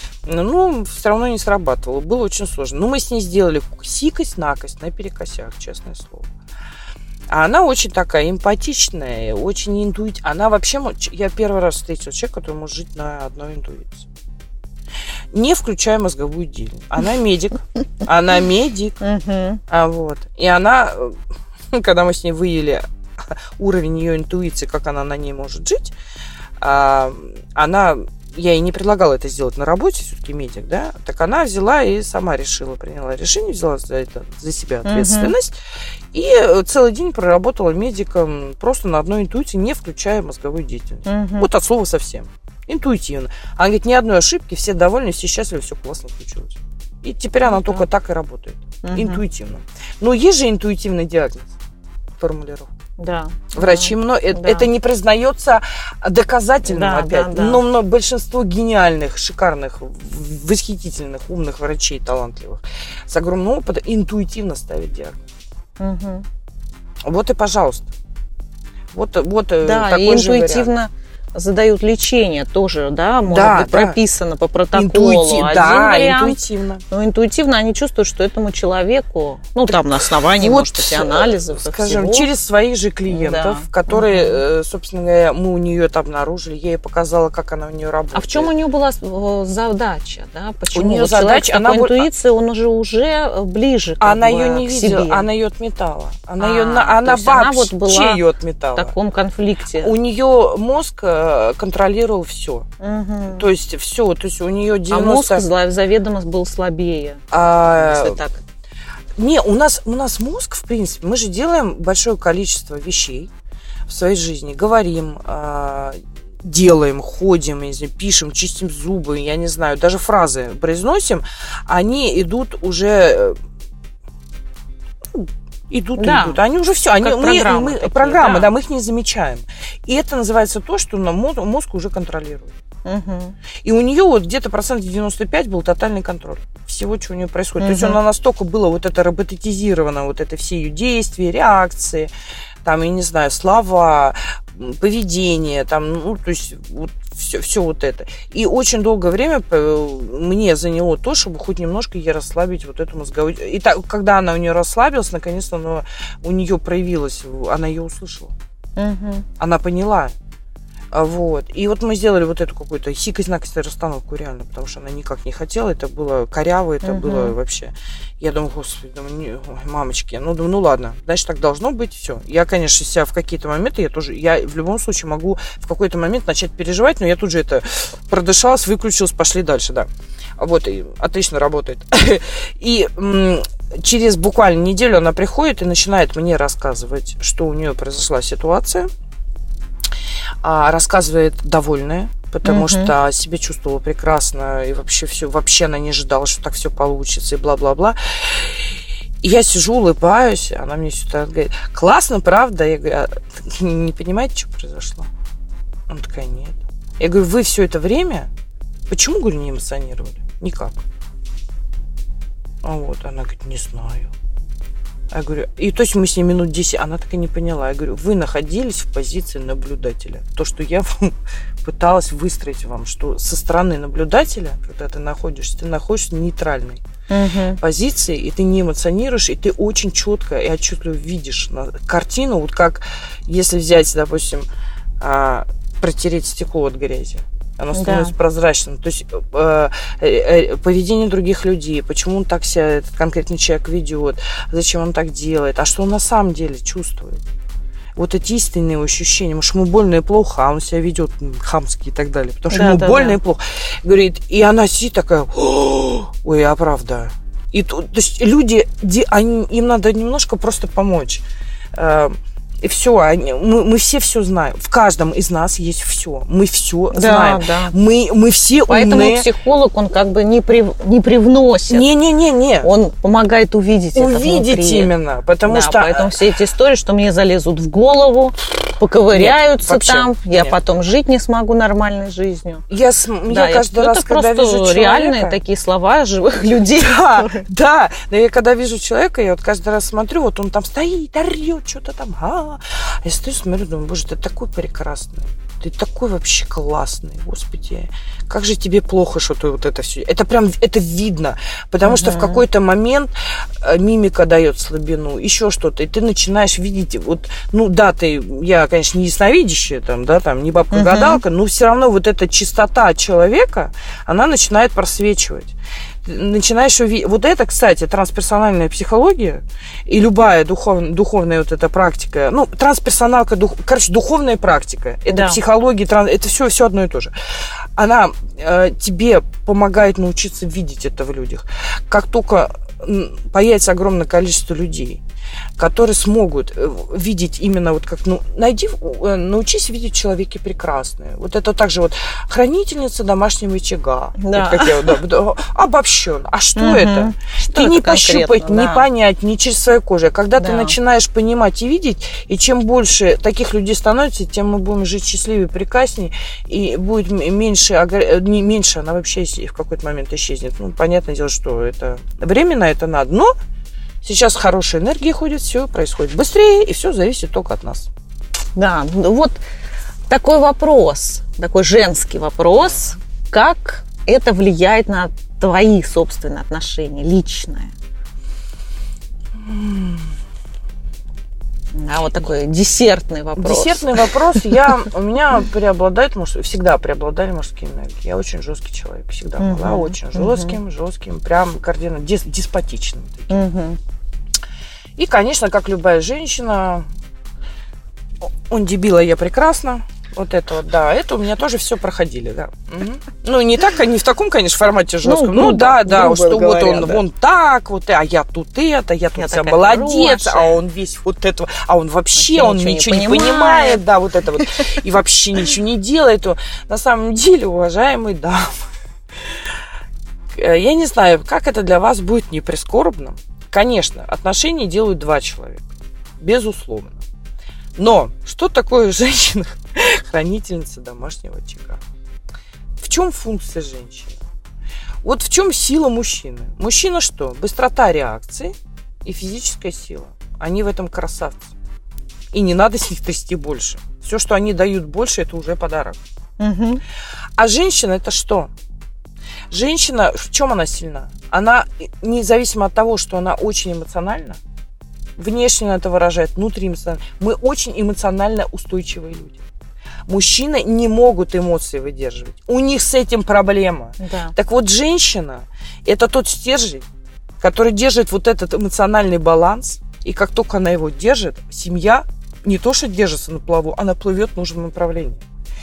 Ну, все равно не срабатывало. Было очень сложно. Но мы с ней сделали сикость-накость наперекосяк, честное слово. А она очень такая эмпатичная, очень интуитивная. Она вообще... Я первый раз встретила человека, который может жить на одной интуиции. Не включая мозговую деятельность. Она медик. Она медик. А вот. И она, когда мы с ней выявили уровень ее интуиции, как она на ней может жить, она... Я ей не предлагала это сделать на работе, все-таки медик, да, так она взяла и сама решила, приняла решение, взяла за это, за себя ответственность, uh-huh. и целый день проработала медиком просто на одной интуиции, не включая мозговую деятельность. Uh-huh. Вот от слова совсем. Интуитивно. Она говорит, ни одной ошибки, все довольны, все счастливы, все классно случилось. И теперь она uh-huh. только так и работает. Uh-huh. Интуитивно. Но есть же интуитивный диагноз, формулировка. Да. Врачи, да, много, да. это не признается доказательным да, опять, да, да. Но, но большинство гениальных, шикарных, восхитительных, умных врачей, талантливых, с огромным опытом интуитивно ставят диагноз. Угу. Вот и пожалуйста. Вот, вот да, такой и интуитивно вариант. Задают лечение тоже, да, может да, быть, да. прописано по протоколу. Интуитив, Один да, вариант, интуитивно. но интуитивно они чувствуют, что этому человеку, ну, там, на основании, вот, может быть, анализов, скажем, всего. через своих же клиентов, да. которые, угу. собственно говоря, мы у нее это обнаружили, я ей показала, как она у нее работает. А в чем у нее была задача, да? Почему у нее вот задача, человек она такой интуиции, он уже уже ближе как она бы, ее не к видела, себе. она ее отметала. Она, а, ее, она вообще она вот была ее отметала. В таком конфликте. У нее мозг контролировал все. Угу. То есть все, то есть у нее девяносто... А мозг заведомо был слабее, а... если так. Не, у нас, у нас мозг, в принципе, мы же делаем большое количество вещей в своей жизни. Говорим, делаем, ходим, не знаю, пишем, чистим зубы, я не знаю, даже фразы произносим, они идут уже... Идут, да. идут. Они уже все. Они, мы, программы, мы, такие, программы да. да, мы их не замечаем. И это называется то, что мозг, мозг уже контролирует. Угу. И у нее вот где-то процентов девяносто пять был тотальный контроль всего, что у нее происходит. Угу. То есть она настолько было вот это роботизировано, вот это все ее действия, реакции, там, я не знаю, слова, поведение, там, ну, то есть вот все, все вот это. И очень долгое время мне заняло то, чтобы хоть немножко ей расслабить вот эту мозговую... И так, когда она у нее расслабилась, наконец-то она, у нее проявилась, она ее услышала. Угу. Она поняла. Вот. И вот мы сделали вот эту какую-то сикость-накость расстановку реально, потому что она никак не хотела, это было коряво, это угу. было вообще... Я думаю, господи, думаю, не, ой, мамочки, ну, думаю, ну ладно, значит, так должно быть, все. Я, конечно, себя в какие-то моменты, я тоже, я в любом случае могу в какой-то момент начать переживать, но я тут же это продышалась, выключилась, пошли дальше, да. Вот, и отлично работает. И м- через буквально неделю она приходит и начинает мне рассказывать, что у нее произошла ситуация. А, рассказывает довольная, потому угу. что себя чувствовала прекрасно, и вообще все, вообще она не ожидала, что так все получится, и бла-бла-бла. И я сижу, улыбаюсь, она мне сюда говорит, классно, правда? Я говорю, а не понимаете, что произошло? Она такая, нет. Я говорю, вы все это время, почему, говорю, не эмоционировали? Никак. А вот, она говорит, не знаю. Я говорю, и то есть мы с ней минут десять, она так и не поняла. Я говорю, вы находились в позиции наблюдателя. То, что я вам пыталась выстроить вам, что со стороны наблюдателя, когда ты находишься, ты находишься в нейтральной угу. позиции, и ты не эмоционируешь, и ты очень четко и отчетливо видишь картину, вот как если взять, допустим, протереть стекло от грязи. Оно становится да. прозрачным. То есть э, э, поведение других людей, почему он так себя, этот конкретный человек ведет, зачем он так делает, а что он на самом деле чувствует. Вот эти истинные ощущения. Может, ему больно и плохо, а он себя ведет хамски и так далее. Потому что да, ему да, больно да. и плохо. Говорит, и она сидит такая, ой, а правда. И, то, то есть люди, они, им надо немножко просто помочь. И все, они, мы, мы все все знаем. В каждом из нас есть все. Мы все да, знаем. Да. Мы, мы все Поэтому умные. психолог, он как бы не, при, не привносит. Не-не-не-не. Он помогает увидеть, увидеть это внутри. Именно. Потому да, что... Поэтому все эти истории, что мне залезут в голову, поковыряются нет, там, вообще, я нет. потом жить не смогу нормальной жизнью. Я, да, я каждый я, раз, это когда вижу человека... реальные такие слова живых людей. Да, да. Но я когда вижу человека, я вот каждый раз смотрю, вот он там стоит, орет, что-то там. А, я стою, смотрю, думаю, боже, ты такой прекрасный. ты такой вообще классный, господи, как же тебе плохо, что ты вот это все. Это прям, это видно, потому uh-huh. что в какой-то момент мимика дает слабину, еще что-то, и ты начинаешь видеть, вот, ну да, ты, я, конечно, не ясновидящая, там, да, там, не бабка-гадалка, uh-huh. но все равно вот эта чистота человека, она начинает просвечивать. Начинаешь увидеть... Вот это, кстати, трансперсональная психология и любая духов... духовная вот эта практика, ну, трансперсоналка, дух... короче, духовная практика, это да. психология, транс... это все, все одно и то же. Она э, тебе помогает научиться видеть это в людях. Как только появится огромное количество людей, которые смогут видеть именно вот как, ну, найди, научись видеть в человеке прекрасное. Вот это также вот хранительница домашнего очага. Да. Вот как я, да, обобщен. А что угу. это? Что ты это не пощупать, да. не понять, не через свою кожу. Когда да. ты начинаешь понимать и видеть, и чем больше таких людей становится, тем мы будем жить счастливее, прекраснее, и будет меньше, не меньше, она вообще в какой-то момент исчезнет. Ну, понятное дело, что это временно, это надо, но сейчас хорошая энергия ходит, все происходит быстрее, и все зависит только от нас. Да, вот такой вопрос, такой женский вопрос, как это влияет на твои собственные отношения, личное? А вот такой десертный вопрос. Десертный вопрос. Я, у меня преобладает, всегда преобладали мужские энергии. Я очень жесткий человек, всегда uh-huh. была очень жестким, uh-huh. жестким, прям кардинально, дис, деспотичным. Uh-huh. И, конечно, как любая женщина, он дебил, а я прекрасна. Вот это вот, да, это у меня тоже все проходили, да. Угу. Ну, не так, не в таком, конечно, формате жестком. Ну, ну да, да, что говоря, вот он, да. вон так, вот, а я тут это, я тут я вся молодец, хорошая. А он весь вот это, а он вообще, он ничего, ничего не, не понимает, да, вот это вот, и вообще ничего не делает. На самом деле, уважаемые дамы, я не знаю, как это для вас будет не прискорбно. Конечно, отношения делают два человека, безусловно. Но что такое женщина, хранительница домашнего очага? В чем функция женщины? Вот в чем сила мужчины? Мужчина что? Быстрота реакции и физическая сила. Они в этом красавцы. И не надо с них трясти больше. Все, что они дают больше, это уже подарок. Угу. А женщина это что? Женщина, в чем она сильна? Она, независимо от того, что она очень эмоциональна, внешне это выражает, внутри эмоционально. Мы очень эмоционально устойчивые люди. Мужчины не могут эмоции выдерживать. У них с этим проблема. Да. Так вот, женщина – это тот стержень, который держит вот этот эмоциональный баланс. И как только она его держит, семья не то что держится на плаву, она плывет в нужном направлении.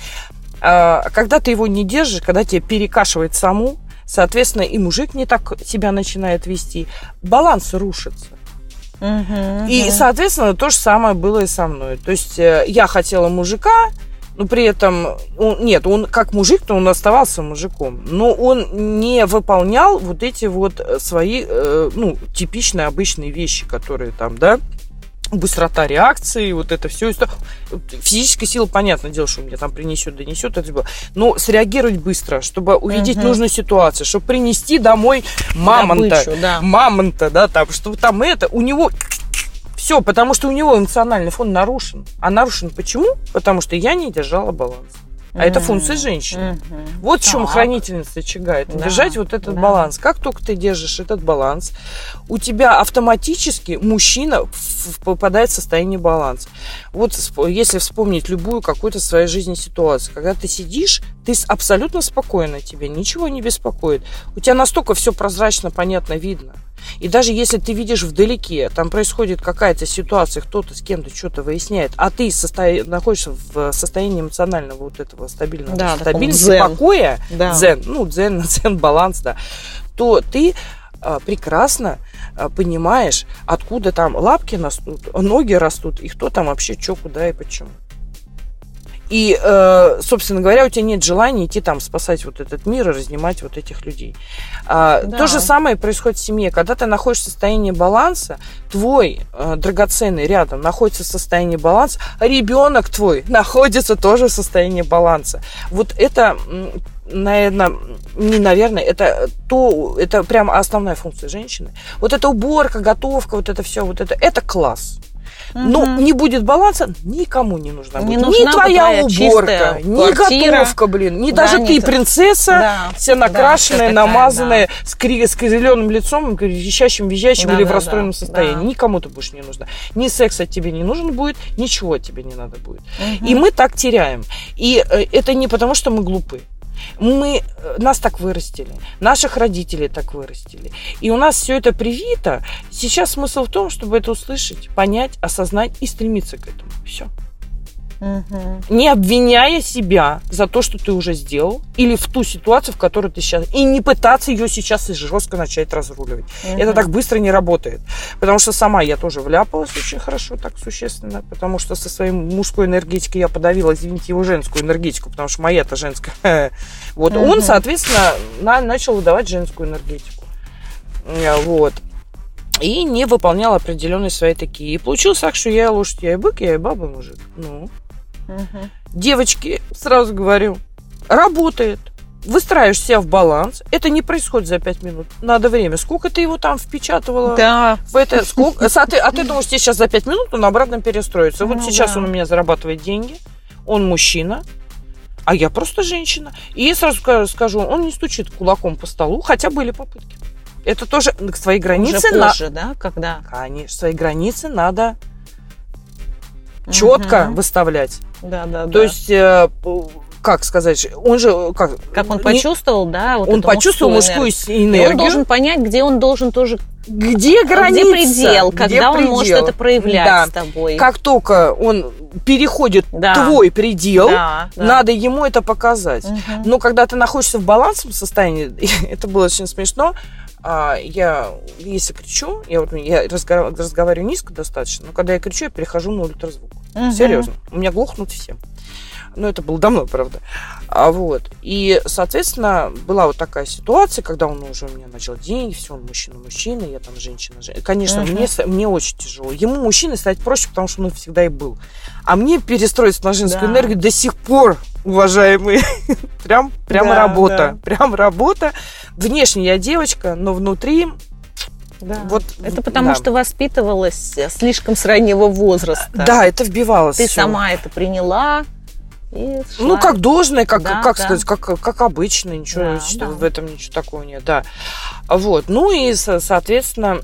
А когда ты его не держишь, когда тебя перекашивает саму, соответственно, и мужик не так себя начинает вести, баланс рушится. Uh-huh, и, uh-huh. соответственно, то же самое было и со мной. То есть я хотела мужика, но при этом, он, нет, он как мужик-то он оставался мужиком, но он не выполнял вот эти вот свои, ну, типичные, обычные вещи, которые там, да, быстрота реакции, вот это все. Физическая сила, понятное дело, что мне там принесет, донесет, это было. Но среагировать быстро, чтобы увидеть угу. нужную ситуацию, чтобы принести домой мамонта, добычу, да. мамонта, да, там, чтобы там это, у него все, потому что у него эмоциональный фон нарушен. А нарушен почему? Потому что я не держала баланс. А mm-hmm. это функция женщины. Mm-hmm. Вот в чем так. хранительница очага. Это да. держать вот этот да. баланс. Как только ты держишь этот баланс, у тебя автоматически мужчина попадает в состояние баланса. Вот если вспомнить любую какую-то в своей жизни ситуацию, когда ты сидишь, ты абсолютно спокойно, тебя ничего не беспокоит. У тебя настолько все прозрачно, понятно, видно. И даже если ты видишь вдалеке, там происходит какая-то ситуация, кто-то с кем-то что-то выясняет, а ты состо... находишься в состоянии эмоционального вот этого стабильного, да, стабильности, покоя, да. дзен, ну, дзен, дзен, баланс, да, то ты а, прекрасно а, понимаешь, откуда там лапки растут, ноги растут, и кто там вообще что, куда и почему. И, э, собственно говоря, у тебя нет желания идти там спасать вот этот мир и разнимать вот этих людей. А, да. То же самое происходит в семье. Когда ты находишься в состоянии баланса, твой э, драгоценный рядом находится в состоянии баланса, а ребенок твой находится тоже в состоянии баланса. Вот это, наверное, не наверное, это то, это прям основная функция женщины. Вот эта уборка, готовка, вот это все, вот это, это класс. Угу. Но не будет баланса, никому не нужна не будет. Нужна ни твоя уборка, ни квартира. Готовка, блин, ни да, даже нет. ты, принцесса, да. вся накрашенная, да, намазанная, такая, да. с, кри- с зеленым лицом, визжащим, визжащим да, или да, в расстроенном да. состоянии. Да. Никому ты больше не нужна. Ни секс от тебя не нужен будет, ничего от тебя не надо будет. Угу. И мы так теряем. И э, это не потому, что мы глупы. Мы, нас так вырастили, наших родителей так вырастили. И у нас все это привито. Сейчас смысл в том, чтобы это услышать, понять, осознать и стремиться к этому. Все. Угу. Не обвиняя себя за то, что ты уже сделал, или в ту ситуацию, в которой ты сейчас... И не пытаться ее сейчас жестко начать разруливать. Угу. Это так быстро не работает. Потому что сама я тоже вляпалась очень хорошо, так существенно. Потому что со своей мужской энергетикой я подавила, извините, его женскую энергетику, потому что моя-то женская. Вот. Угу. Он, соответственно, на- начал выдавать женскую энергетику. Вот. И не выполнял определенные свои такие. И получилось так, что я лошадь, я и бык, я и баба, мужик. Ну... Угу. Девочки, сразу говорю, работает. Выстраиваешь себя в баланс. Это не происходит за пять минут. Надо время. Сколько ты его там впечатывала? Да. В это, сколько, а, ты, а ты думаешь, тебе сейчас за пять минут он обратно перестроится. Вот ну, сейчас да. он у меня зарабатывает деньги. Он мужчина. А я просто женщина. И я сразу скажу, он не стучит кулаком по столу. Хотя были попытки. Это тоже свои границы. Уже позже, на... да? Когда? Конечно. Свои границы надо четко угу. выставлять. Да, да, То да. есть, э, как сказать, он же... Как, как он не, почувствовал, да? Вот он почувствовал мужскую энергию. И он должен понять, где он должен тоже... Где граница? Где предел, где когда он предел? может это проявлять да. с тобой. Как только он переходит да. твой предел, да, да. надо ему это показать. Угу. Но когда ты находишься в балансовом состоянии, это было очень смешно, я, если кричу, я, вот, я разговариваю, разговариваю низко достаточно, но когда я кричу, я перехожу на ультразвук. Угу. Серьезно. У меня глохнут все. Но это было давно, правда. А вот. И, соответственно, была вот такая ситуация, когда он уже у меня начал деньги, все, он мужчина-мужчина, я там женщина. Конечно, uh-huh. мне, мне очень тяжело. Ему мужчиной стать проще, потому что он всегда и был. А мне перестроиться на женскую да. энергию до сих пор, уважаемые. прям прям да, работа. Да. Прям работа. Внешне я девочка, но внутри... Да. Вот, это потому, да. что воспитывалась слишком с раннего возраста. Да, это вбивалось. Ты всё. сама это приняла. И ну, как должное, как, да, как да. сказать, как, как обычно, ничего, да, что, да. в этом ничего такого нет, да. Вот, ну и, соответственно,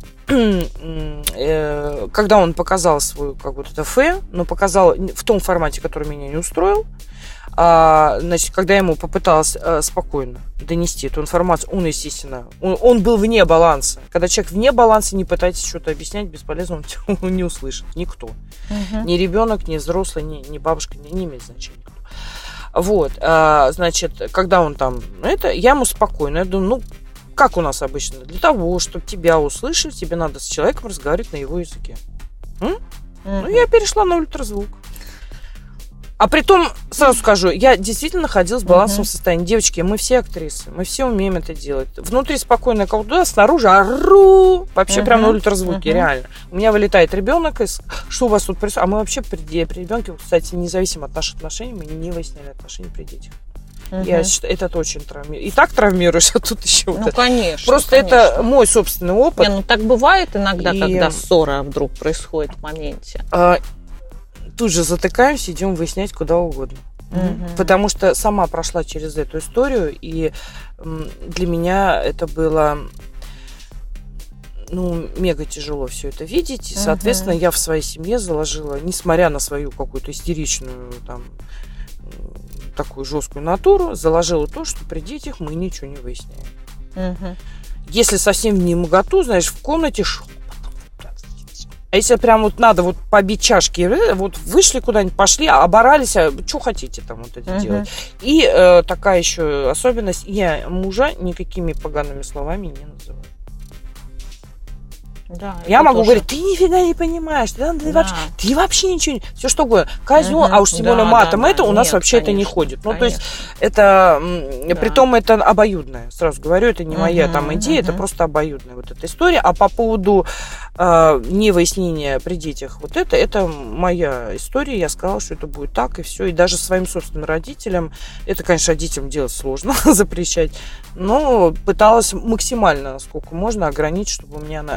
когда он показал свою, как вот это фэ, но показал в том формате, который меня не устроил, значит, когда я ему попыталась спокойно донести эту информацию, он, естественно, он, он был вне баланса. Когда человек вне баланса, не пытайтесь что-то объяснять, бесполезно, он не услышит, никто. Угу. Ни ребенок, ни взрослый, ни, ни бабушка, не, не имеет значения. Вот, а, значит, когда он там, это, я ему спокойно, я думаю, ну, как у нас обычно, для того, чтобы тебя услышать, тебе надо с человеком разговаривать на его языке. М? Mm-hmm. Ну, я перешла на ультразвук. А при том, сразу скажу, я действительно находилась в балансовом uh-huh. состоянии. Девочки, мы все актрисы, мы все умеем это делать. Внутри спокойно колдуя, снаружи ору. Вообще uh-huh. прям на ультразвуке, uh-huh. реально. У меня вылетает ребенок, из... что у вас тут происходит? А мы вообще при, при ребенке, кстати, независимо от наших отношений, мы не выясняли отношения при детях. Uh-huh. Я считаю, это очень травмирует. И так травмируешь, а тут еще ну, вот конечно. Просто конечно. Это мой собственный опыт. Не, ну так бывает иногда, и... когда ссора вдруг происходит в моменте. А... Тут же затыкаемся, идем выяснять куда угодно. Mm-hmm. Потому что сама прошла через эту историю, и для меня это было ну, мега тяжело все это видеть. И, соответственно, mm-hmm. я в своей семье заложила, несмотря на свою какую-то истеричную, там, такую жесткую натуру, заложила то, что при детях мы ничего не выясняем. Mm-hmm. Если совсем в немоготу, знаешь, в комнате шум. А если прям вот надо вот побить чашки, вот вышли куда-нибудь, пошли, оборались, а что хотите там вот это uh-huh. делать. И э, такая еще особенность, я мужа никакими погаными словами не называю. Да, я могу тоже... говорить, ты нифига не понимаешь, ты, ты, да. вообще, ты вообще ничего не... Все что угодно. Козел, uh-huh. а уж тем более да, матом, да, это да. у нас Нет, вообще конечно, это не ходит. Ну, конечно. то есть это, да. притом это обоюдное. Сразу говорю, это не моя uh-huh. там идея, uh-huh. это просто обоюдная вот эта история. А по поводу э, невыяснения при детях, вот это, это моя история. Я сказала, что это будет так, и все. И даже своим собственным родителям, это, конечно, детям делать сложно, запрещать, но пыталась максимально, насколько можно, ограничить, чтобы у меня она не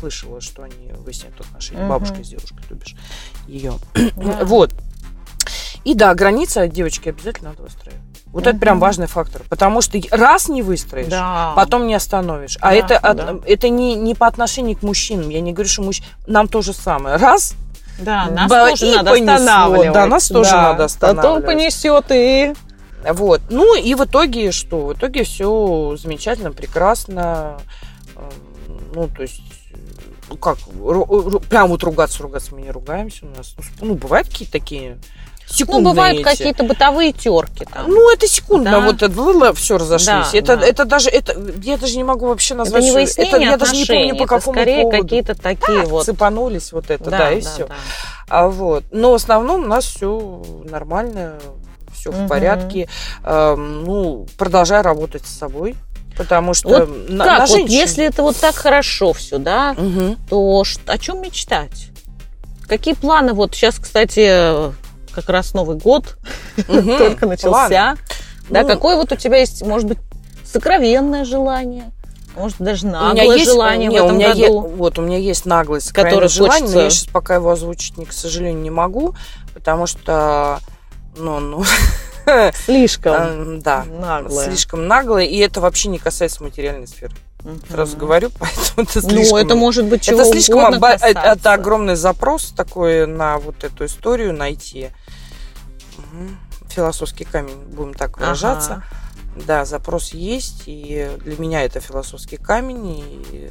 слышала, что они выясняют отношения. Мгм. Бабушка с девушкой, то бишь ее. Да. Вот. И да, границы от девочки обязательно надо выстраивать. Вот это прям Мгм. важный фактор. Потому что раз не выстроишь, Да. потом не остановишь. А Да, это, от- да. это не, не по отношению к мужчинам. Я не говорю, что мужч... нам то же самое. Раз, Да, нас Ба- тоже и надо понесло. останавливать. Да, нас тоже надо А останавливать. то понесет и... вот. Ну и в итоге что? В итоге все замечательно, прекрасно. Эм, Ну, то есть, ну как, ру- ру- прям вот ругаться, ругаться мы не ругаемся у нас. Ну, ну, бывают какие-то такие Ну, секундные бывают эти. какие-то бытовые терки там. Ну, это секундно, Да. вот это все разошлись. Да, это, да. это даже, это, я даже не могу вообще Это назвать, не что- выяснение это я даже не помню, по отношений, это какому скорее поводу. какие-то такие вот... Цепанулись вот это, да, и все. да. А вот. Но в основном у нас все нормально, все в Мгм. порядке. Эм, ну, продолжаю работать с собой, потому что Вот на, как, на вот женщин- если это вот так хорошо все, да, Мгм. то ш- о чем мечтать? Какие планы? Вот сейчас, кстати, как раз Новый год Мгм. только начался. Планы. Да, Ну, какое вот у тебя есть, может быть, сокровенное желание? Может, даже у меня наглое есть, желание не, в у этом меня е- году? вот, у меня есть наглость, Которое крайнее желание, но я хочется- сейчас пока его озвучить, не, к сожалению, не могу, потому что, ну, ну, Слишком эм, да, наглое. слишком наглое, и это вообще не касается материальной сферы. Мгм. Сразу говорю, поэтому это Ну, слишком... это может быть чего Это слишком угодно оба- это, касаться. это огромный запрос такой на вот эту историю найти. Мгм. Философский камень, будем так выражаться. Ага. Да, запрос есть, и для меня это философский камень. И,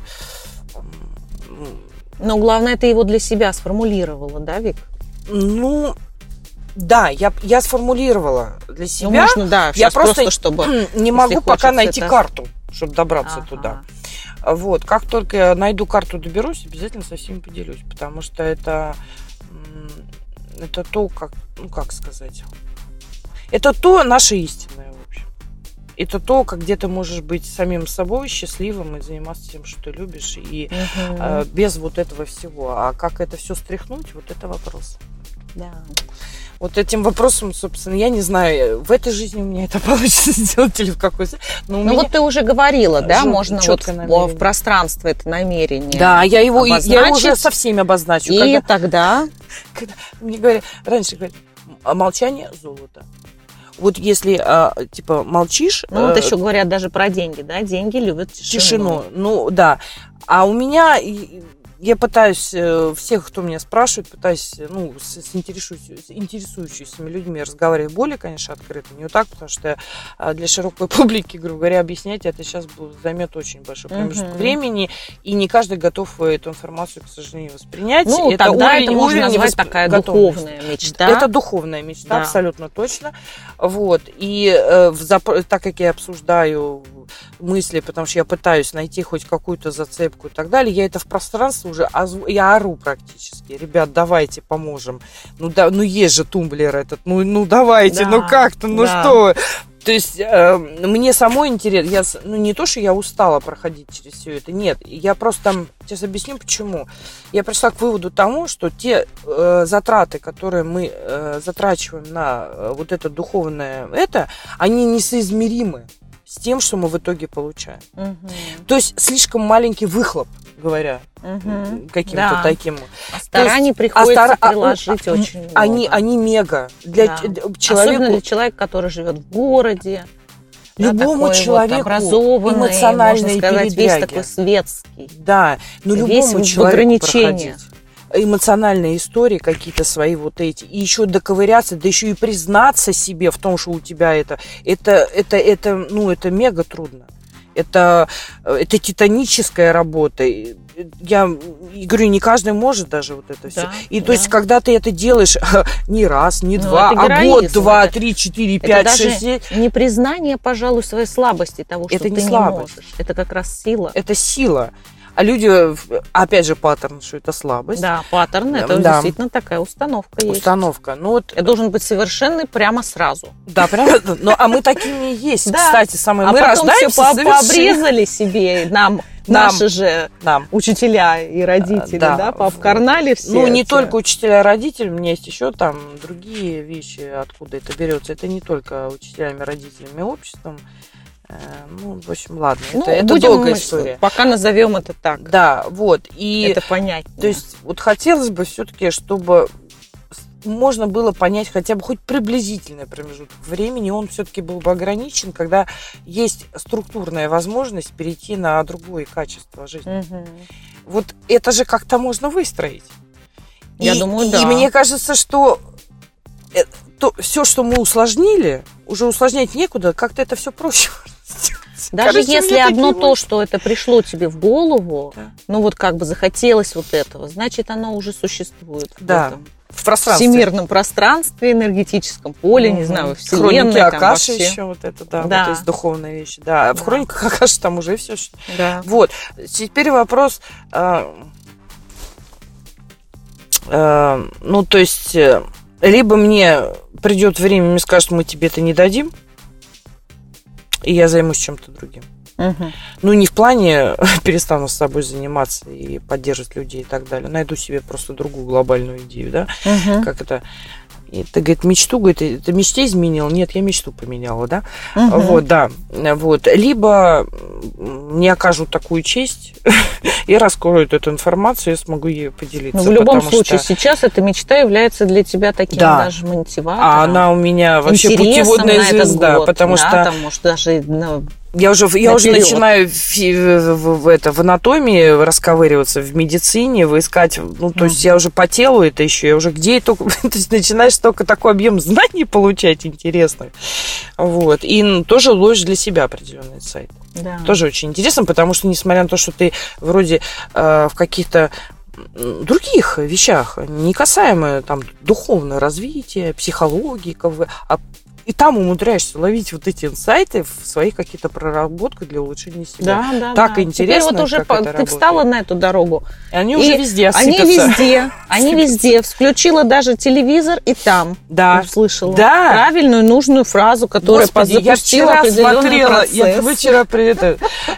м, Но главное, ты его для себя сформулировала, да, Вик? ну, да, я, я сформулировала для Ну, себя. можно, да, я сейчас просто просто, чтобы... не могу пока хочется найти это- карту, чтобы добраться Ага. туда. Вот, как только я найду карту, доберусь, обязательно со всеми поделюсь, потому что это, м, это то, как, ну как сказать, это то наше истинное, в общем. Это то, как где ты можешь быть самим собой, счастливым и заниматься тем, что ты любишь, и Мгм. э, без вот этого всего. А как это все стряхнуть, вот это вопрос. Да. Вот этим вопросом, собственно, я не знаю, в этой жизни у меня это получится сделать или в какой. Но у Ну меня... вот ты уже говорила, да, Жёл- можно вот чёткое в, намерение. в пространство это намерение. Да, я его, я его обозначить. уже со всеми обозначу. И Когда, тогда... когда мне говорят, раньше говорят, «А молчание золото. Вот если, а, типа, молчишь... Ну, вот э, еще говорят даже про деньги, да, деньги любят тишину. тишину, ну, да. А у меня... и- Я пытаюсь, э, всех, кто меня спрашивает, пытаюсь, э, ну, с, с интересующими, с интересующимися людьми разговаривать более, конечно, открыто. Не вот так, потому что э, для широкой публики, грубо говоря, объяснять это сейчас будет- займет очень большой промежуток Мгм. времени, и не каждый готов эту информацию, к сожалению, воспринять. Ну, это тогда уровень- это можно уровень назвать восп- такая готовности. духовная мечта. Это духовная мечта, Да. абсолютно точно. Вот. И э, в зап- так как я обсуждаю мысли, потому что я пытаюсь найти хоть какую-то зацепку и так далее, я это в пространство уже озв- я ору практически. Ребят, давайте поможем. Ну, да, ну есть же тумблер этот. Ну, ну давайте, Да, ну как-то, ну да. что вы. То есть э, мне самой интересно, я, с- ну не то, что я устала проходить через все это, нет, я просто, сейчас объясню почему. Я пришла к выводу тому, что те э, затраты, которые мы э, затрачиваем на э, вот это духовное, это, они несоизмеримы с тем, что мы в итоге получаем. Мгм. То есть слишком маленький выхлоп, говоря Мгм. каким-то Да. таким. А стараний а приходится стара- а, приложить а, очень много. Они, они мега. Для Да. ч- Особенно человека, для человека, который живет в городе. да, любому такой человеку вот образованный, эмоциональные можно сказать, весь передряги. такой светский. Да, но Весь любому в человеку ограничения. проходить эмоциональные истории какие-то свои вот эти, и еще доковыряться, да еще и признаться себе в том, что у тебя это, это, это, это, ну, это мега трудно. Это, это титаническая работа. И Я и говорю, не каждый может даже вот это все. Да, И то да. есть, когда ты это делаешь не раз, не Ну, два, это а героизм, год, два, это- три, четыре, Это пять, даже шесть, семь, не признание, пожалуй, своей слабости, того, что Это ты не не слабость. можешь. Это как раз сила. это сила. А люди, опять же, паттерн, что это слабость. Да, паттерн, это Да. действительно такая установка есть. Установка. Ну вот, Я должен быть совершенный прямо сразу. да, прям. Ну, а мы такими и есть. Да. Кстати, самые А мы потом все рождаемся по- совершенно- пообрезали себе, нам, Нам. наши же Нам. учителя и родители, Да, да, вот. пообкарнали все. Ну, не эти- только учителя, родители, у меня есть еще там другие вещи, откуда это берется. Это не только учителями, родителями, обществом. Ну, в общем, ладно, Ну, это, это будем долгая мы- история. Пока назовем это так. Да, вот. И, Это понятно. то есть, вот хотелось бы все-таки, чтобы с- можно было понять хотя бы хоть приблизительный промежуток времени, он все-таки был бы ограничен, когда есть структурная возможность перейти на другое качество жизни. Мгм. Вот это же как-то можно выстроить. Я И- думаю, и, да. И мне кажется, что э, то, все, что мы усложнили, уже усложнять некуда, как-то это все проще можно сделать. Даже Короче, у если меня одно такие то, мысли. что это пришло тебе в голову, Да. ну вот как бы захотелось вот этого, значит, оно уже существует в Да. этом В пространстве. всемирном пространстве, энергетическом поле, не Мгм. знаю, во Хроники Вселенной. там Акаши вообще. еще вот это, да, Да. вот из духовной вещи. Да, в Да. хрониках Акаши там уже все. Да. Вот. Теперь вопрос. э, э, ну, то есть, э, либо мне придет время, мне скажут, мы тебе это не дадим, и я займусь чем-то другим. Мгм. Ну, не в плане перестану с собой заниматься и поддерживать людей и так далее. Найду себе просто другую глобальную идею, да? Мгм. Как это? И ты, говорит, мечту, говорит, это мечте изменил? Нет, я мечту поменяла, да? Мгм. Вот, да. Вот. Либо мне окажут такую честь и раскроют эту информацию, я смогу ею поделиться. Ну, в любом потому случае, что- сейчас эта мечта является для тебя таким Да. даже мотиватором. А она у меня вообще интересом путеводная на этот звезда, год, потому да, что там, может, даже ну, я уже, я уже наперёд. начинаю фи- в, в- в это, в анатомии расковыриваться, в медицине, выискать, ну, то есть я уже по телу это еще, я уже где это, то есть начинаешь только такой объем знаний получать интересных. Вот. И ну, тоже ловишь для себя определенный сайт. да. Тоже очень интересно, потому что, несмотря на то, что ты вроде э, в каких-то м, других вещах, не касаемо там духовного развития, психологии, как бы, а и там умудряешься ловить вот эти инсайты в своих каких-то проработках для улучшения себя. Да, да, Так да. интересно, Теперь вот уже как по- это ты работает. встала на эту дорогу. И они И уже везде Они сыпятся. везде, они Сыпятся. везде. Включила даже телевизор и там Да. услышала Да. правильную, нужную фразу, которая Господи, я запустила вчера определенный смотрела, процесс. я вчера при это,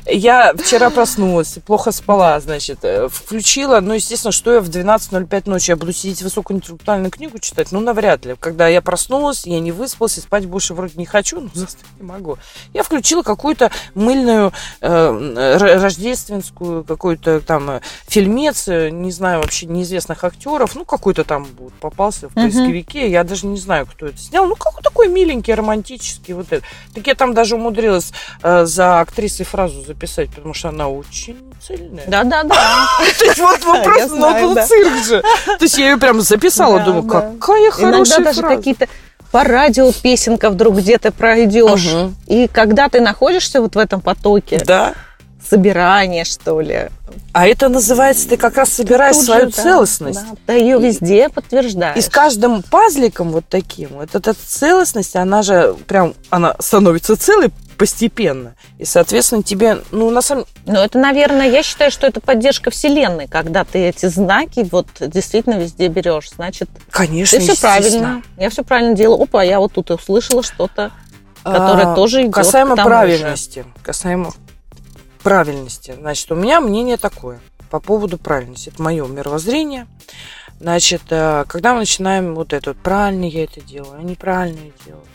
я вчера проснулась, плохо спала, значит, э, включила, ну, естественно, что я в двенадцать ноль пять ночи, я буду сидеть высокоинтеллектуальную книгу читать, ну, навряд ли. Когда я проснулась, я не выспалась, и спать больше вроде не хочу, но заснуть не могу. Я включила какую-то мыльную э, р- рождественскую, какой-то там э, фильмец, э, не знаю, вообще неизвестных актеров, ну, какой-то там вот попался в Мгм. поисковике, я даже не знаю, кто это снял, ну, какой такой миленький, романтический вот это. Так я там даже умудрилась э, за актрисой фразу записать, потому что она очень цельная. Да-да-да. То есть вот Я просто, ну, знаю, был да. цирк же. То есть я ее прям записала, Да, думаю, да. какая Иногда хорошая даже фраза. какие-то по радио песенка вдруг где-то пройдешь. Мгм. И когда ты находишься вот в этом потоке Да. собирания, что ли. А это называется, ты как раз собираешь тут свою же, да, целостность. Да, ты ее везде подтверждаешь. И с каждым пазликом вот таким, вот эта целостность, она же прям, она становится целой постепенно. И, соответственно, тебе, ну, на самом Ну, это, наверное, я считаю, что это поддержка Вселенной, когда ты эти знаки вот действительно везде берешь. Значит, конечно, ты все естественно. правильно. Я все правильно делала. Опа, я вот тут и услышала что-то, которое А, тоже идет Касаемо к тому правильности. Касаемо правильности. Значит, у меня мнение такое по поводу правильности. Это мое мировоззрение. Значит, э, когда мы начинаем вот это, вот, правильно я это делаю, а неправильно я делаю.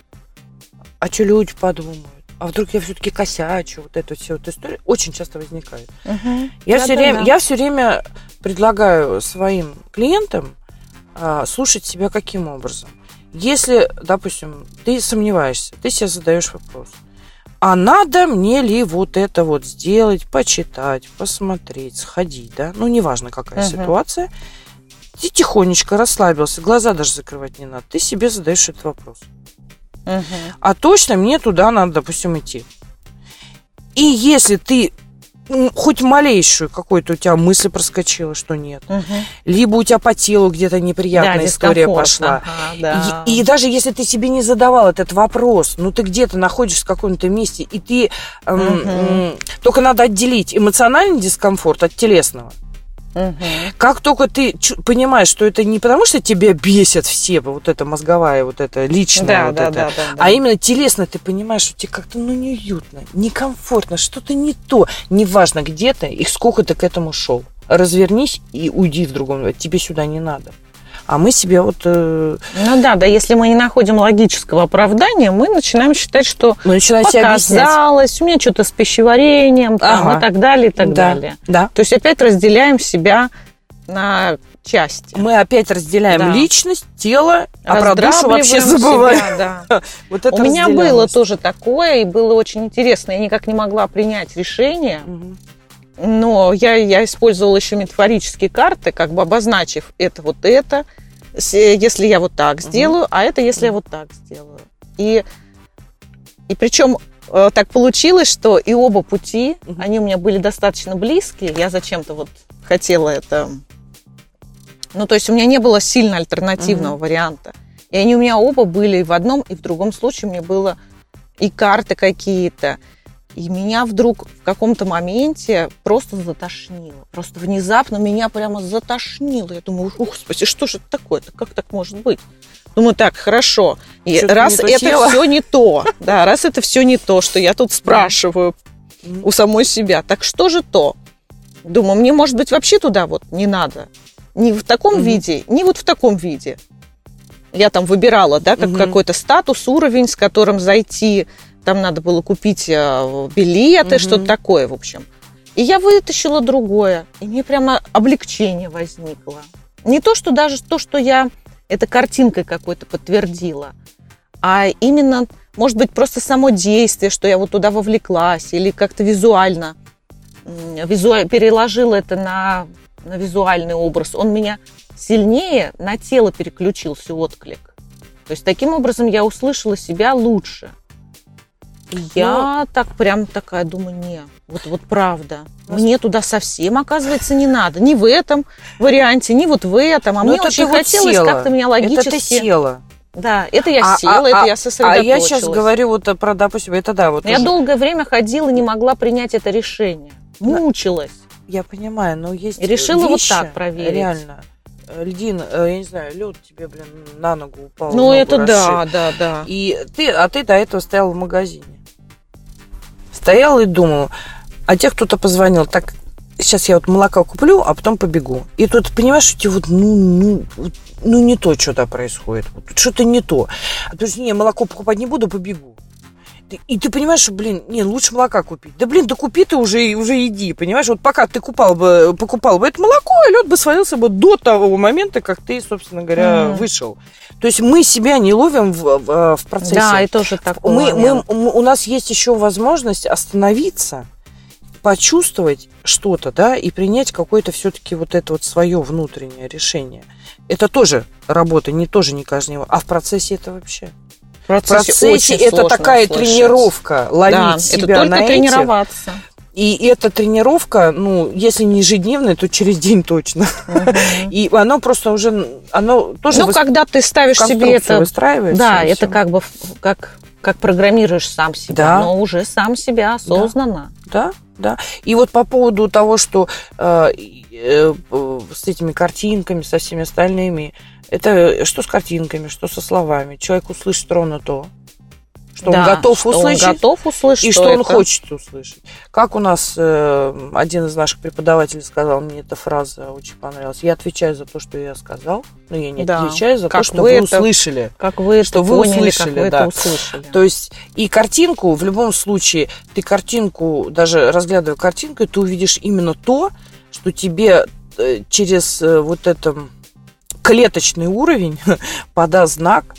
А что люди подумают? А вдруг я все-таки косячу? Вот эту всю эту историю очень часто возникает. Мгм. Я, Да, все да, время, да. я все время предлагаю своим клиентам а, слушать себя каким образом. Если, допустим, ты сомневаешься, ты себе задаешь вопрос, а надо мне ли вот это вот сделать, почитать, посмотреть, сходить, да? Ну, неважно, какая Мгм. ситуация. Ты тихонечко расслабился, глаза даже закрывать не надо. Ты себе задаешь этот вопрос. Мгм. А точно мне туда надо, допустим, идти. И если ты м, хоть малейшую какую-то у тебя мысль проскочила, что нет, Мгм. либо у тебя по телу где-то неприятная Да, история дискомфорт. пошла. Ага, да. И, и даже если ты себе не задавал этот вопрос, ну ты где-то находишься в каком-то месте, и ты эм, Мгм. м, только надо отделить эмоциональный дискомфорт от телесного. Мгм. Как только ты чу- понимаешь, что это не потому, что тебя бесят все, вот это мозговая, вот это личное, Да, вот да, это, да, да, да. а именно телесно ты понимаешь, что тебе как-то ну, неуютно, некомфортно, что-то не то. Неважно где ты и сколько ты к этому шел. Развернись и уйди в другом. Тебе сюда не надо. А мы себе вот... Э... Ну да, да, если мы не находим логического оправдания, мы начинаем считать, что мы начинаем показалось, у меня что-то с пищеварением, там, ага. и так далее, и так да. далее. Да. То есть опять разделяем себя на части. Мы опять разделяем да. личность, тело, а про душу вообще забываем. Себя, да. Вот это у меня было тоже такое, и было очень интересно. Я никак не могла принять решение, угу. но я, я использовала еще метафорические карты, как бы обозначив это вот это, если я вот так сделаю, угу. а это если я вот так сделаю. И, и причем так получилось, что и оба пути, угу. они у меня были достаточно близкие. Я зачем-то вот хотела это... Ну, то есть у меня не было сильно альтернативного угу. варианта. И они у меня оба были и в одном, и в другом случае. Мне было и карты какие-то. И меня вдруг в каком-то моменте просто затошнило. Просто внезапно меня прямо затошнило. Я думаю, господи, что же это такое-то? Как так может быть? Думаю, так, хорошо. И что-то раз это съела. Все не то, да, раз это все не то, что я тут спрашиваю mm-hmm. у самой себя, так что же то? Думаю, мне, может быть, вообще туда вот не надо. Не в таком mm-hmm. виде, не вот в таком виде. Я там выбирала, да, как mm-hmm. какой-то статус, уровень, с которым зайти. Там надо было купить билеты, mm-hmm. что-то такое, в общем. И я вытащила другое. И мне прямо облегчение возникло. Не то, что даже то, что я это картинкой какой-то подтвердила, а именно, может быть, просто само действие, что я вот туда вовлеклась, или как-то визуально визу... переложила это на, на визуальный образ. Он меня сильнее на тело переключился отклик. То есть таким образом я услышала себя лучше. И я ну, так прям такая думаю, не, вот, вот правда. Мне туда совсем, оказывается, не надо. Ни в этом варианте, ни вот в этом. А мне очень хотелось вот как-то меня логически... Это ты села. Да, это я а, села, а, это а, я сосредоточилась. А я сейчас говорю вот про, допустим, это да. Вот я уже... долгое время ходила, не могла принять это решение. Мучилась. Я понимаю, но есть и решила вещи, вот так проверить. Реально. Льдин, я не знаю, лед тебе, блин, на ногу упал. Ну, это да, да, да. И ты, а ты до этого стояла в магазине. Стояла и думала, а тебе кто-то позвонил, так, сейчас я вот молока куплю, а потом побегу. И тут, понимаешь, что тебе вот, ну, ну, ну не то что-то происходит, вот, что-то не то. А то есть, не, молоко покупать не буду, побегу. И ты понимаешь, что, блин, не, лучше молока купить. Да, блин, да купи ты уже, уже иди, понимаешь? Вот пока ты купал бы, покупал бы это молоко, лед бы свалился бы до того момента, как ты, собственно говоря, mm. вышел. То есть мы себя не ловим в, в, в процессе. Да, и тоже такой мы, мы, мы, у нас есть еще возможность остановиться, почувствовать что-то, да, и принять какое-то все-таки вот это вот свое внутреннее решение. Это тоже работа, не тоже не каждого, а в процессе это вообще... В процессе, в процессе это такая слышать. Тренировка, ловить да, себя это только на тренироваться. Этих. И эта тренировка, ну, если не ежедневная, то через день точно. Uh-huh. И оно просто уже, оно тоже... Ну, выс... когда ты ставишь себе это... Да, это все. как бы как, как программируешь сам себя, да. но уже сам себя осознанно. Да, да. да. И вот по поводу того, что э, э, с этими картинками, со всеми остальными... Это что с картинками, что со словами. Человек услышит ровно то, что да, он готов что услышать, он готов услышать, и что, что это... он хочет услышать. Как у нас э, один из наших преподавателей сказал, мне эта фраза очень понравилась. Я отвечаю за то, что я сказал, но я не да. отвечаю за как то, что вы, вы это, услышали. Как вы что это вы поняли, услышали, как вы да. это услышали. То есть и картинку, в любом случае, ты картинку, даже разглядывая картинку, ты увидишь именно то, что тебе э, через э, вот это... клеточный уровень подаст знак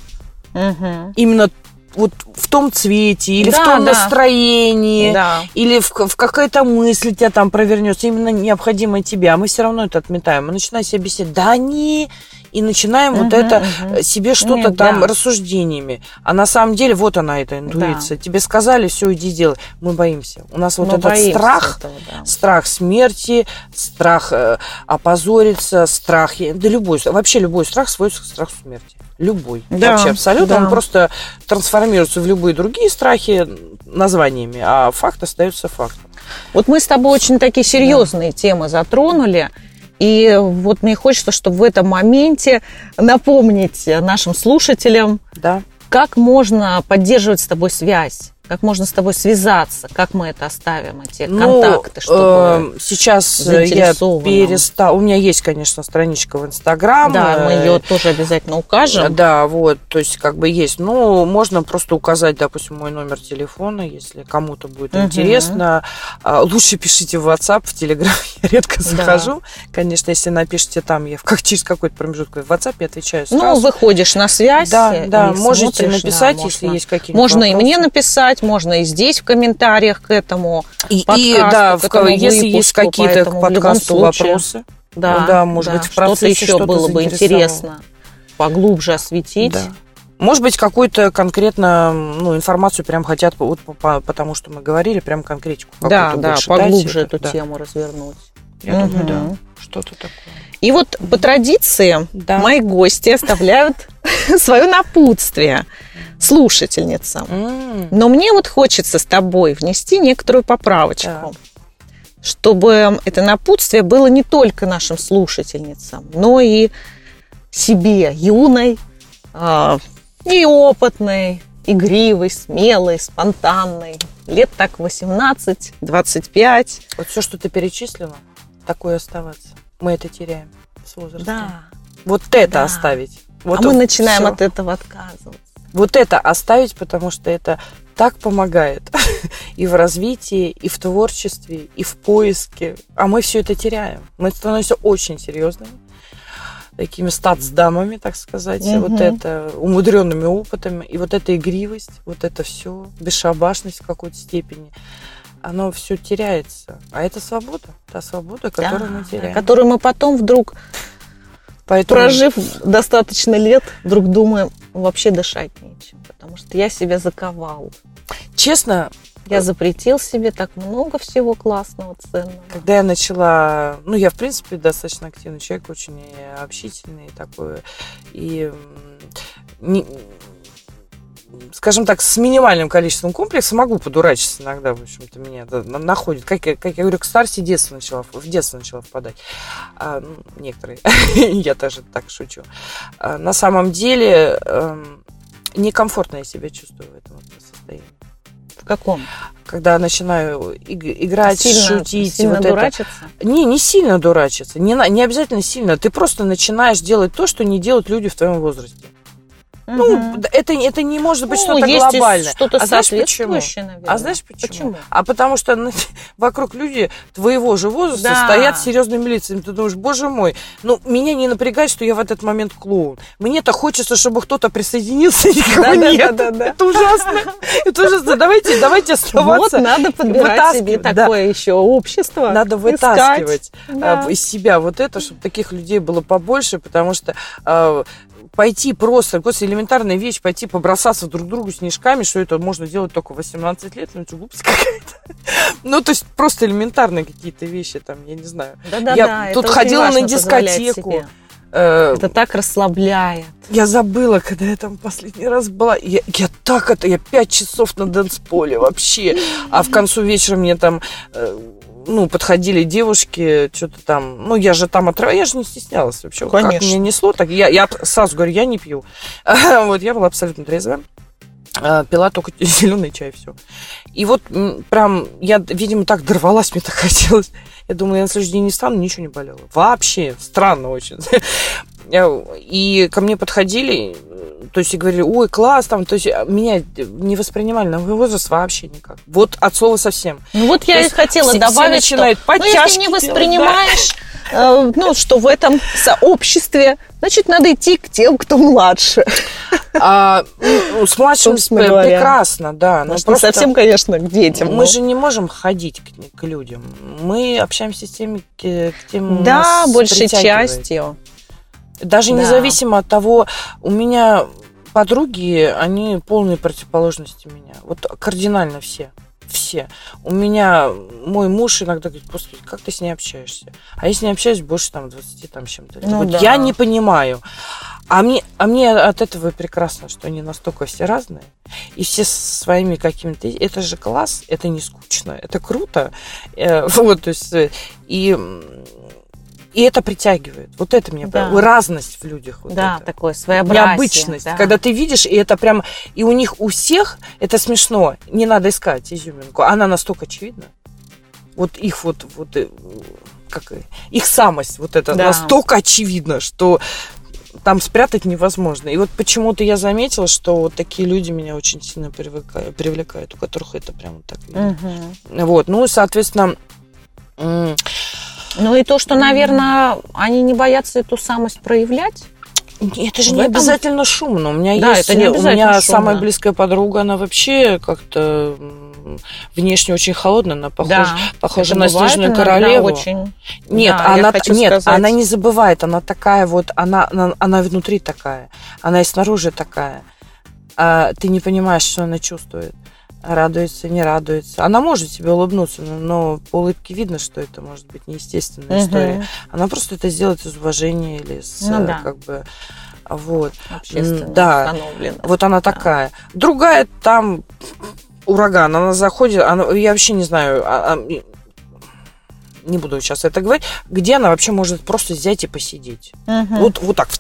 угу. именно вот в том цвете или да, в том да. настроении да. или в, в какая-то мысль тебя там провернется, именно необходимая тебе, а мы все равно это отметаем. Мы начинаем себе беседовать, да не, и начинаем угу, вот это угу. себе что-то Нет, там да. рассуждениями. А на самом деле вот она, эта интуиция. Да. Тебе сказали, все, иди делай. Мы боимся. У нас мы вот этот страх, этого, да. страх смерти, страх э, опозориться, страх, да любой, вообще любой страх сводится к страху смерти. Любой. Да, вообще абсолютно. Да. Он просто трансформируется в любые другие страхи названиями, а факт остается фактом. Вот мы с тобой очень такие серьезные да. темы затронули. И вот мне хочется, чтобы в этом моменте напомнить нашим слушателям, да. как можно поддерживать с тобой связь. Как можно с тобой связаться? Как мы это оставим, эти Ну, контакты, чтобы э, сейчас я заинтересованным? перестала. У меня есть, конечно, страничка в Инстаграм. Да, мы ее тоже обязательно укажем. Да, вот, то есть как бы есть. Ну, можно просто указать, допустим, мой номер телефона, если кому-то будет Мгм. интересно. А, Лучше пишите в WhatsApp, в Telegram я редко Да. захожу. Конечно, если напишите там, я в- как через какой-то промежуток в WhatsApp я отвечаю Ну, сразу. выходишь на связь. Да, да, и можете смотришь, написать, да, если можно. есть какие-нибудь Можно и вопросы. мне написать, можно и здесь в комментариях к этому И, и, подкасту, да, к в- этому если есть выпуску, какие-то к поэтому в любом подкасту случае, вопросы, Да, ну да, может да, быть, в что-то процессе еще что-то было бы заинтересовало. интересно поглубже осветить. да. Может быть, какую-то конкретно ну, информацию прям хотят, вот, по- по- потому что мы говорили, прям конкретику Да, какую-то да, больше поглубже дать. эту Это, да. тему развернуть. Я думаю, Мгм. да, что-то такое. И вот по традиции Да. мои гости оставляют свое напутствие слушательницам. М, Но мне вот хочется с тобой внести некоторую поправочку, Так. чтобы это напутствие было не только нашим слушательницам, но и себе, юной, а, неопытной, игривой, смелой, спонтанной. Лет так восемнадцать-двадцать пять. Вот все, что ты перечислила, такое оставаться. Мы это теряем с возрастом. Да. Вот это Да. оставить. Вот а мы он- начинаем всё. от этого отказываться. Вот это оставить, потому что это так помогает и в развитии, и в творчестве, и в поиске. А мы все это теряем. Мы становимся очень серьезными, такими статсдамами, так сказать, Мгм. вот это умудренными опытами, и вот эта игривость, вот это все, бесшабашность в какой-то степени, оно все теряется. А это свобода, та свобода, которую Да, мы теряем. которую мы потом вдруг, Поэтому прожив достаточно лет, вдруг думаем, вообще дышать нечем. Потому что я себя заковал. честно, Я запретил себе так много всего классного, ценного. когда я начала, ну, я, в принципе, достаточно активный человек, очень общительный такой, и, м, не- скажем так, с минимальным количеством комплексов могу подурачиться иногда, в общем-то, меня это на- находит. Как я, как я говорю, к старости детства начала, в детство начала впадать. А, ну, некоторые, я даже так шучу. А, на самом деле, эм, некомфортно я себя чувствую в этом вот состоянии. В каком? Когда начинаю иг- играть, Сильно, шутить. сильно вот это. дурачиться? Не, не сильно дурачиться. Не, на- не обязательно сильно. Ты просто начинаешь делать то, что не делают люди в твоем возрасте. Ну, Мгм. д- это, это не может быть Ну, что-то есть и глобальное. что-то А знаешь почему? соответствующее, наверное. А знаешь почему? Почему? А потому что ну, вокруг люди твоего же возраста Да. стоят с серьезными лицами. Ты думаешь, боже мой, ну меня не напрягает, что я в этот момент клоун. Мне-то хочется, чтобы кто-то присоединился, и никого Да-да-да-да-да. нет. Это ужасно. Это ужасно. Давайте, давайте Вот оставаться. надо подбирать себе вытаскивать, да. такое еще общество. Надо искать. вытаскивать Да. а, из себя вот это, чтобы таких людей было побольше, потому что а, пойти просто, просто элементарная вещь, пойти побросаться друг другу снежками, что это можно делать только в восемнадцать лет, ну это глупость какая-то. Ну, то есть просто элементарные какие-то вещи, там, я не знаю. Да-да-да, Я это тут очень ходила важно на позволять дискотеку. себе. Э, Это так расслабляет. Я забыла, когда я там последний раз была. Я, я так это, я пять часов на дэнс-поле вообще. А в концу вечера мне там, э, ну, подходили девушки, что-то там. Ну, я же там отрывала, я же не стеснялась вообще. Вот Конечно. как меня несло, так я, я сразу говорю, я не пью. Вот, я была абсолютно трезвая. А, Пила только зеленый чай, все. И вот м, прям, я, видимо, так дорвалась, мне так хотелось. Я думала, я на следующий день не встану, ничего не болело. Вообще, странно очень. И ко мне подходили, то есть и говорили, ой, класс, там, то есть меня не воспринимали на мой возраст вообще никак. Вот от слова совсем. Ну вот я То и есть хотела все- добавить, все начинают что ну, если подтяжки не делать, воспринимаешь, э, ну, что в этом сообществе, значит, надо идти к тем, кто младше. А, ну, с младшим Собственно говоря. прекрасно, да. но Может, не просто совсем, конечно, к детям. мы но- же не можем ходить к, к людям. Мы общаемся с теми, к, к тем, Да, нас большей притягивает. частью. Даже Да. независимо от того, у меня подруги, они полные противоположности меня. Вот кардинально все. Все. У меня мой муж иногда говорит, господи, как ты с ней общаешься? А я с ней общаюсь больше там двадцати там с чем-то. Ну вот да. я не понимаю. А мне, а мне от этого прекрасно, что они настолько все разные. И все со своими какими-то... Это же класс, это не скучно, это круто. Э, Вот, то есть... э, И... м, И это притягивает. Вот это мне Да. да. разность в людях. Вот Да, это. такое своеобразие. Необычность. Да. Когда ты видишь, и это прям... И у них, у всех, это смешно. Не надо искать изюминку. Она настолько очевидна. Вот их вот... вот э, как, их самость вот это Да. настолько очевидна, что там спрятать невозможно. И вот почему-то я заметила, что вот такие люди меня очень сильно привлекают, привлекают, у которых это прям вот так видно. Мгм. Вот. Ну, и, соответственно... м, Ну и то, что, наверное, они не боятся эту самость проявлять. это же В не этом- обязательно шумно. У меня Да, есть... это не у обязательно меня шумно. самая близкая подруга, она вообще как-то м, внешне очень холодная, она похожа, Да, похожа это на бывает снежную иногда королеву. очень. Нет, Да, я она, хочу нет сказать. она не забывает, она такая вот, она, она, она внутри такая, она и снаружи такая. А ты не понимаешь, что она чувствует. Радуется, не радуется. Она может тебе улыбнуться, но, но по улыбке видно, что это может быть неестественная Мгм. история. Она просто это сделает из уважения или с, Ну да. как бы, вот. Общественно Да. установлено. Вот она такая. Другая там ураган, она заходит, она, я вообще не знаю, а- а, не буду сейчас это говорить, где она вообще может просто взять и посидеть. Мгм. Вот, вот так.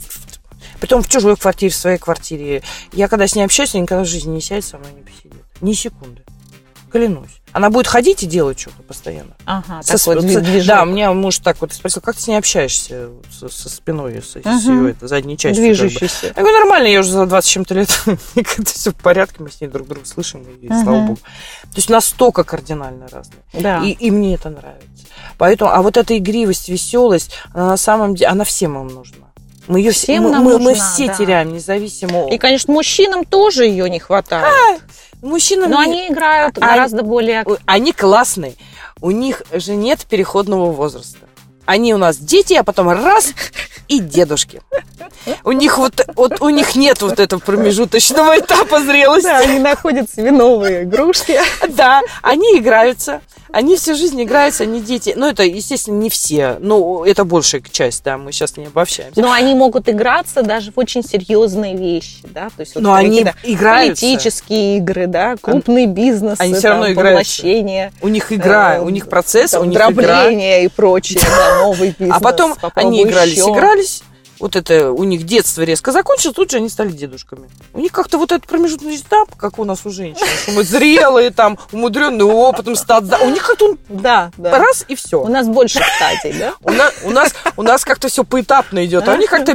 Притом в чужой квартире, в своей квартире. Я когда с ней общаюсь, она никогда в жизни не сядет, со мной не посидит. Ни секунды. Клянусь. Она будет ходить и делать что-то постоянно. Ага, Со такой сп- движок. Да, у меня муж так вот спросил, как ты с ней общаешься со, со спиной, со, Мгм. с ее это, задней частью? как бы?» Движущийся. Я говорю, нормально, я уже за двадцать с чем-то лет, это все в порядке, мы с ней друг друга слышим, и Мгм. слава богу. То есть настолько кардинально разные. Да. И, и мне это нравится. Поэтому, а вот эта игривость, веселость, она на самом деле, она всем нам нужна. Мы ее Всем мы, нам мы, мы нужна, все да. теряем, независимо. И, конечно, мужчинам тоже ее не хватает. Мужчинам Но не- они играют а- гораздо более... Ой, они классные. У них же нет переходного возраста. Они у нас дети, а потом раз и дедушки. У них вот, вот у них нет вот этого промежуточного этапа зрелости. Да, они находят себе новые игрушки. Да, они играются. Они всю жизнь играются, они дети. Ну, это, естественно, не все. Ну, это большая часть, да, мы сейчас не обобщаемся. Но они могут играться даже в очень серьезные вещи, да, то есть вот Но они какие-то играются. политические игры, да, крупный бизнес, Они там, всё равно играются. поглощение, У них игра, э, у них процесс, у там, них игра. дробление и прочее, да, новый бизнес. А потом попробуй они игрались, еще. игрались. Вот это у них детство резко закончилось, тут же они стали дедушками. У них как-то вот этот промежуточный этап, как у нас у женщин, что мы зрелые, там, умудренные опытом, стат, да, у них как-то он Да, да. раз и все. У нас больше стадий, да? У нас, у нас, у нас как-то все поэтапно идет, а у них как-то...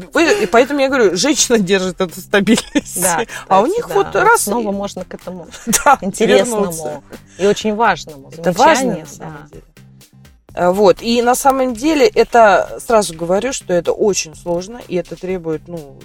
И поэтому я говорю, женщина держит эту стабильность. Да, а у кстати, них да. вот раз... Снова можно к этому да, интересному вернуться. и очень важному Это важно, замечанию. на самом Да. деле. А, Вот. И на самом деле это, сразу говорю, что это очень сложно, и это требует, ну,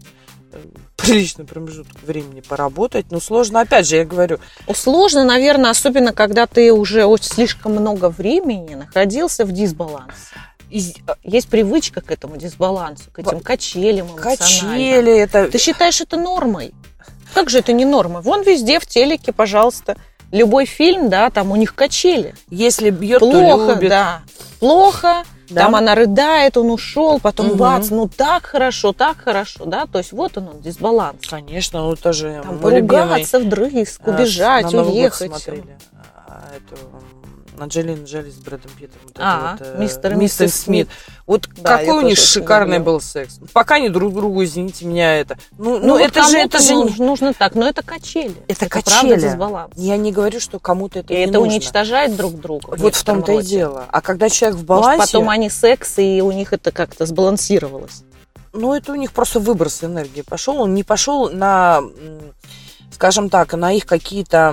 э, приличный промежуток времени поработать. Но сложно, опять же, я говорю, Сложно, наверное, особенно когда ты уже очень слишком много времени находился в дисбалансе. из- Есть привычка к этому дисбалансу, к этим качелям эмоциональным. качели, это... Ты считаешь это нормой? Как же это не норма? Вон везде в телеке, пожалуйста, любой фильм, да, там у них качели. Если бьет, то Плохо, любит. да. Плохо, Да. там она рыдает, он ушел, потом Мгм. бац, ну так хорошо, так хорошо, да, то есть вот он, он дисбаланс. Конечно, ну тоже Там мой любимый... поругаться вдрызг, а, убежать, на Новый год уехать. смотрели. А, эту, м, Анджелина Джоли с Брэдом Питтом. Вот это А, вот, э, мистер и мистер миссис Смит. Вот Да, я какой у них тоже очень шикарный люблю. был секс. Пока они друг другу, извините меня, это... Ну, ну, Ну, вот это же, кому-то это же... не- нужно, нужно так, но это качели. Это правда качели. дисбаланс. Я не говорю, что кому-то это И не это нужно. уничтожает друг друга. Вот в том-то и дело. А когда человек в балансе, Может, потом они секс, и у них это как-то сбалансировалось. ну, это у них просто выброс энергии пошел. Он не пошел на, м, скажем так, на их какие-то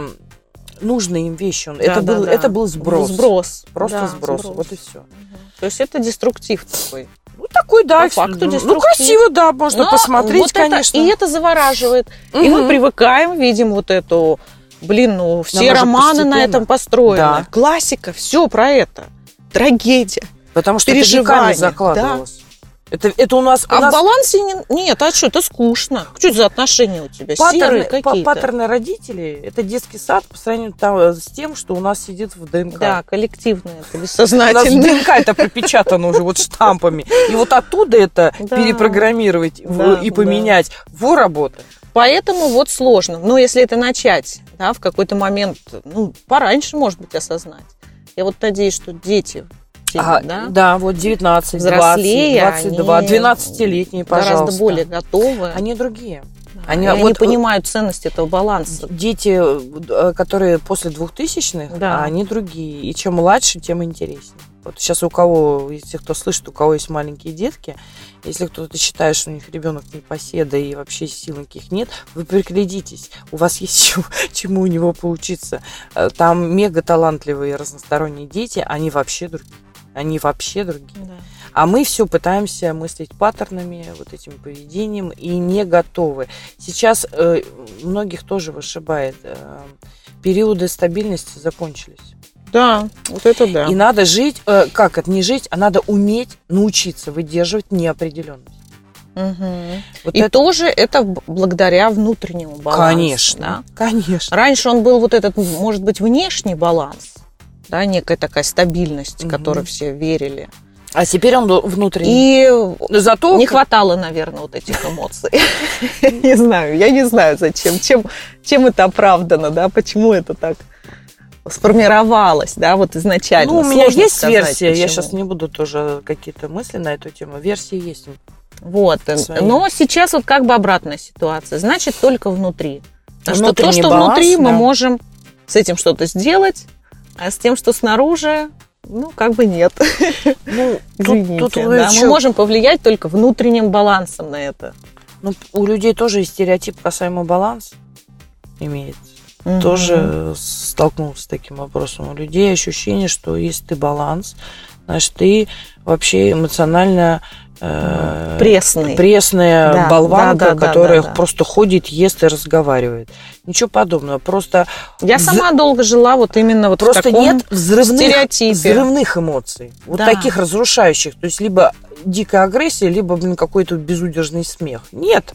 нужные им вещи. Он- это, Да, был, да, да. это был сброс. Сброс. Просто Да, сброс. Вот и все. Мгм. То есть это деструктив такой. Ну, такой, да. По факту ну, деструктив. красиво, да, можно Но посмотреть, вот это- конечно. и это завораживает. И мы Мгм. привыкаем, видим вот эту... Блин, ну все Нам же романы на постепенно. этом построены. Да. Классика, все про это. Трагедия. Потому что это переживания, веками закладывалось. Это, это у нас... у А нас в балансе не- нет, а что, это скучно. Что это за отношения у тебя? Серые паттерны, па- какие-то. паттерны родителей, это детский сад по сравнению там с тем, что у нас сидит в ДНК. Да, коллективное, это У нас в бессознательное. ДНК это пропечатано уже вот штампами. И вот оттуда это Да. перепрограммировать в- Да, и да. поменять. Во работа. Поэтому вот сложно. Но если это начать, да, в какой-то момент, ну, пораньше, может быть, осознать. Я вот надеюсь, что дети а, да? Да, вот девятнадцать, взрослее, двадцать, двадцать два, двенадцатилетние, пожалуйста. Гораздо более готовы. Они другие. Они, они вот, понимают ценность этого баланса. Дети, которые после двухтысячных, да. они другие. И чем младше, тем интереснее. Вот сейчас у кого, если кто слышит, у кого есть маленькие детки, если кто-то считает, что у них ребенок непоседа и вообще сил никаких нет, вы приглядитесь. У вас есть чему, чему у него поучиться. Там мега талантливые разносторонние дети, они вообще другие. Они вообще другие. Да. А мы все пытаемся мыслить паттернами, вот этим поведением, и не готовы. Сейчас э, многих тоже вышибает. Э, периоды стабильности закончились. Да, вот это да. И надо жить, э, как это, не жить, а надо уметь научиться выдерживать неопределенность. Угу. Вот и это... тоже это благодаря внутреннему балансу. Конечно, да? конечно. Раньше он был вот этот, может быть, внешний баланс, да, некая такая стабильность, в угу. которой все верили. А теперь он внутренний. И зато не хватало, наверное, вот этих эмоций. Не знаю, я не знаю, зачем, чем, чем это оправдано, да, почему это так сформировалось, да, вот изначально. Ну, у меня есть версия, я сейчас не буду тоже какие-то мысли на эту тему. Версии есть. Вот, но сейчас вот как бы обратная ситуация. Значит, только внутри. Потому что то, что внутри, мы можем с этим что-то сделать, а с тем, что снаружи, ну, как бы нет. Ну, извините. Тут, тут да, мы можем повлиять только внутренним балансом на это. Ну, у людей тоже есть стереотип касаемо баланса имеется. Угу. Тоже столкнулся с таким вопросом. У людей ощущение, что если ты баланс, значит, ты вообще эмоционально э, пресный. пресная да, болванка, да, да, которая да, да. просто ходит, ест и разговаривает. Ничего подобного. Просто я сама з... долго жила вот именно вот просто в таком нет взрывных, стереотипе. взрывных эмоций. Вот да. таких разрушающих. То есть либо дикая агрессия, либо, блин, какой-то безудержный смех. Нет.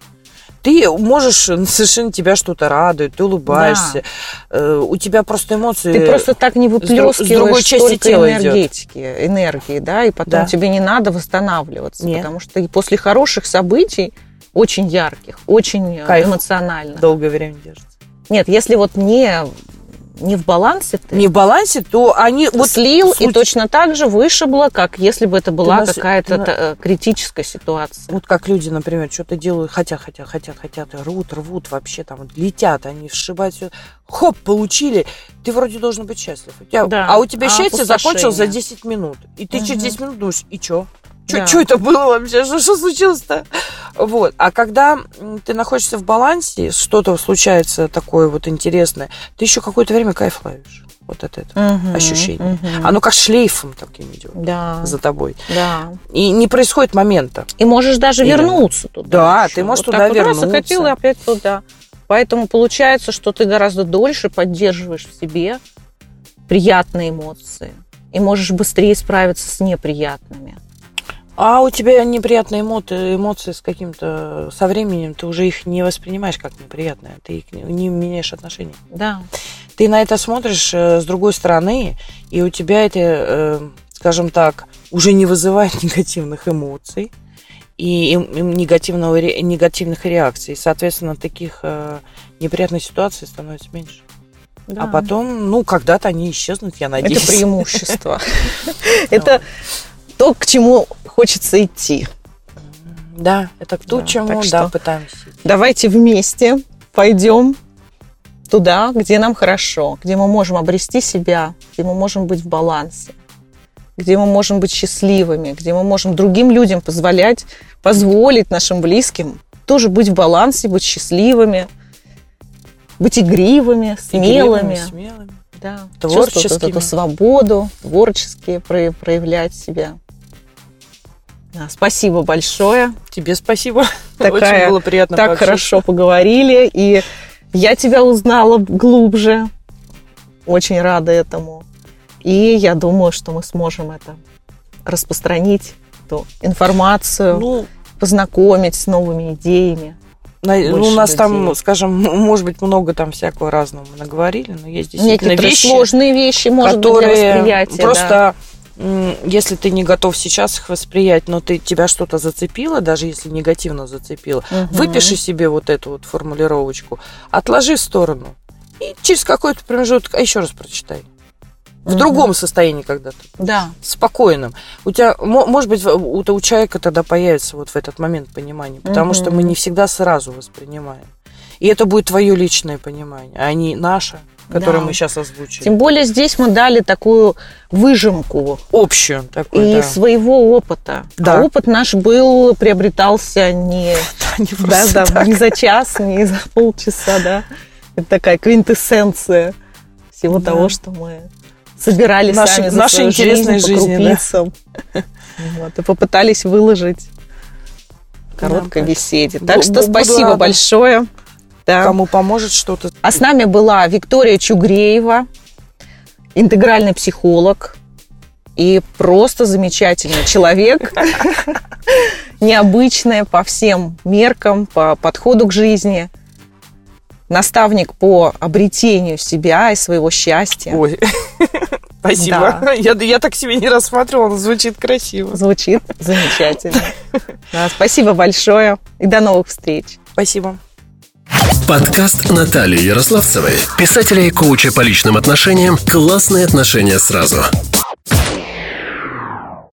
Ты можешь, совершенно тебя что-то радует, ты улыбаешься, да. у тебя просто эмоции... Ты просто так не выплескиваешь с другой части тела энергетики, идет. энергии, да, и потом да. тебе не надо восстанавливаться, Нет. потому что после хороших событий, очень ярких, очень Кайф. эмоционально. Долгое время держится. Нет, если вот не... не в балансе ты. Не в балансе, то они... Вот слил суть... и точно так же вышибло, как если бы это была нас... какая-то на... критическая ситуация. Вот как люди, например, что-то делают, хотят, хотят, хотят, хотят, рвут, рвут вообще, там, летят, они сшибают все. Хоп, получили. Ты вроде должен быть счастлив. У тебя... да. А у тебя а счастье закончилось за десять минут. И ты угу. через десять минут думаешь, и что? Что да. это было вообще? Что, что случилось-то? Вот. А когда ты находишься в балансе, что-то случается такое вот интересное, ты еще какое-то время кайф ловишь. Вот от этого угу, ощущения. Угу. Оно как шлейфом таким идет да. за тобой. Да. И не происходит момента. И можешь даже Именно. вернуться туда. Да, еще. ты можешь вот туда вернуться. Вот захотел и опять туда. Поэтому получается, что ты гораздо дольше поддерживаешь в себе приятные эмоции. И можешь быстрее справиться с неприятными. А у тебя неприятные эмоции, эмоции с каким-то, со временем, ты уже их не воспринимаешь как неприятные, ты их не меняешь отношения. Да. Ты на это смотришь с другой стороны, и у тебя это, скажем так, уже не вызывает негативных эмоций и негативного, негативных реакций. Соответственно, таких неприятных ситуаций становится меньше. Да. А потом, ну, когда-то они исчезнут, я надеюсь. Это преимущество. Это то, к чему хочется идти. Да, это к тому, да, чему да, пытаемся идти. Давайте вместе пойдем туда, где нам хорошо, где мы можем обрести себя, где мы можем быть в балансе, где мы можем быть счастливыми, где мы можем другим людям позволять, позволить нашим близким тоже быть в балансе, быть счастливыми, быть игривыми, смелыми. Игривыми, смелыми. Да. Творческими. Эту свободу, творчески проявлять себя. Да, спасибо большое. Тебе спасибо. Такая, Очень было приятно так пообщаться. Хорошо поговорили. И я тебя узнала глубже. Очень рада этому. И я думаю, что мы сможем это распространить, эту информацию, ну, познакомить с новыми идеями. На, ну, у нас людей. Там, скажем, может быть, много там всякого разного мы наговорили, но есть действительно некоторые вещи, сложные вещи, может которые быть, для восприятия. Просто, да. Если ты не готов сейчас их восприять, но ты, тебя что-то зацепило, даже если негативно зацепило, угу. выпиши себе вот эту вот формулировочку, отложи в сторону и через какой-то промежуток, а еще раз прочитай. в угу. другом состоянии когда-то. Да. Спокойным. У тебя, может быть, у, у человека тогда появится вот в этот момент понимание, потому угу. что мы не всегда сразу воспринимаем. И это будет твое личное понимание, а не наше, которое да. мы сейчас озвучили. Тем более здесь мы дали такую выжимку. Общую. Такую, и да. своего опыта. Да. А опыт наш был, приобретался не, да, не, да, да, не за час, не за полчаса. Да. Это такая квинтэссенция всего да. того, что мы собирали наши, сами за наши свою интересные жизнь, жизни, по крупицам. Да. Вот, и попытались выложить в короткой да, беседе. Так что спасибо рада. большое. Да. Кому поможет что-то. А с нами была Виктория Чугреева, интегральный психолог и просто замечательный человек, необычная по всем меркам, по подходу к жизни, наставник по обретению себя и своего счастья. Ой, спасибо. Да. Я, я так себе не рассматривала, звучит красиво. Звучит замечательно. Да, спасибо большое и до новых встреч. Спасибо. Подкаст Натальи Ярославцевой, писателя и коуча по личным отношениям «Классные отношения сразу».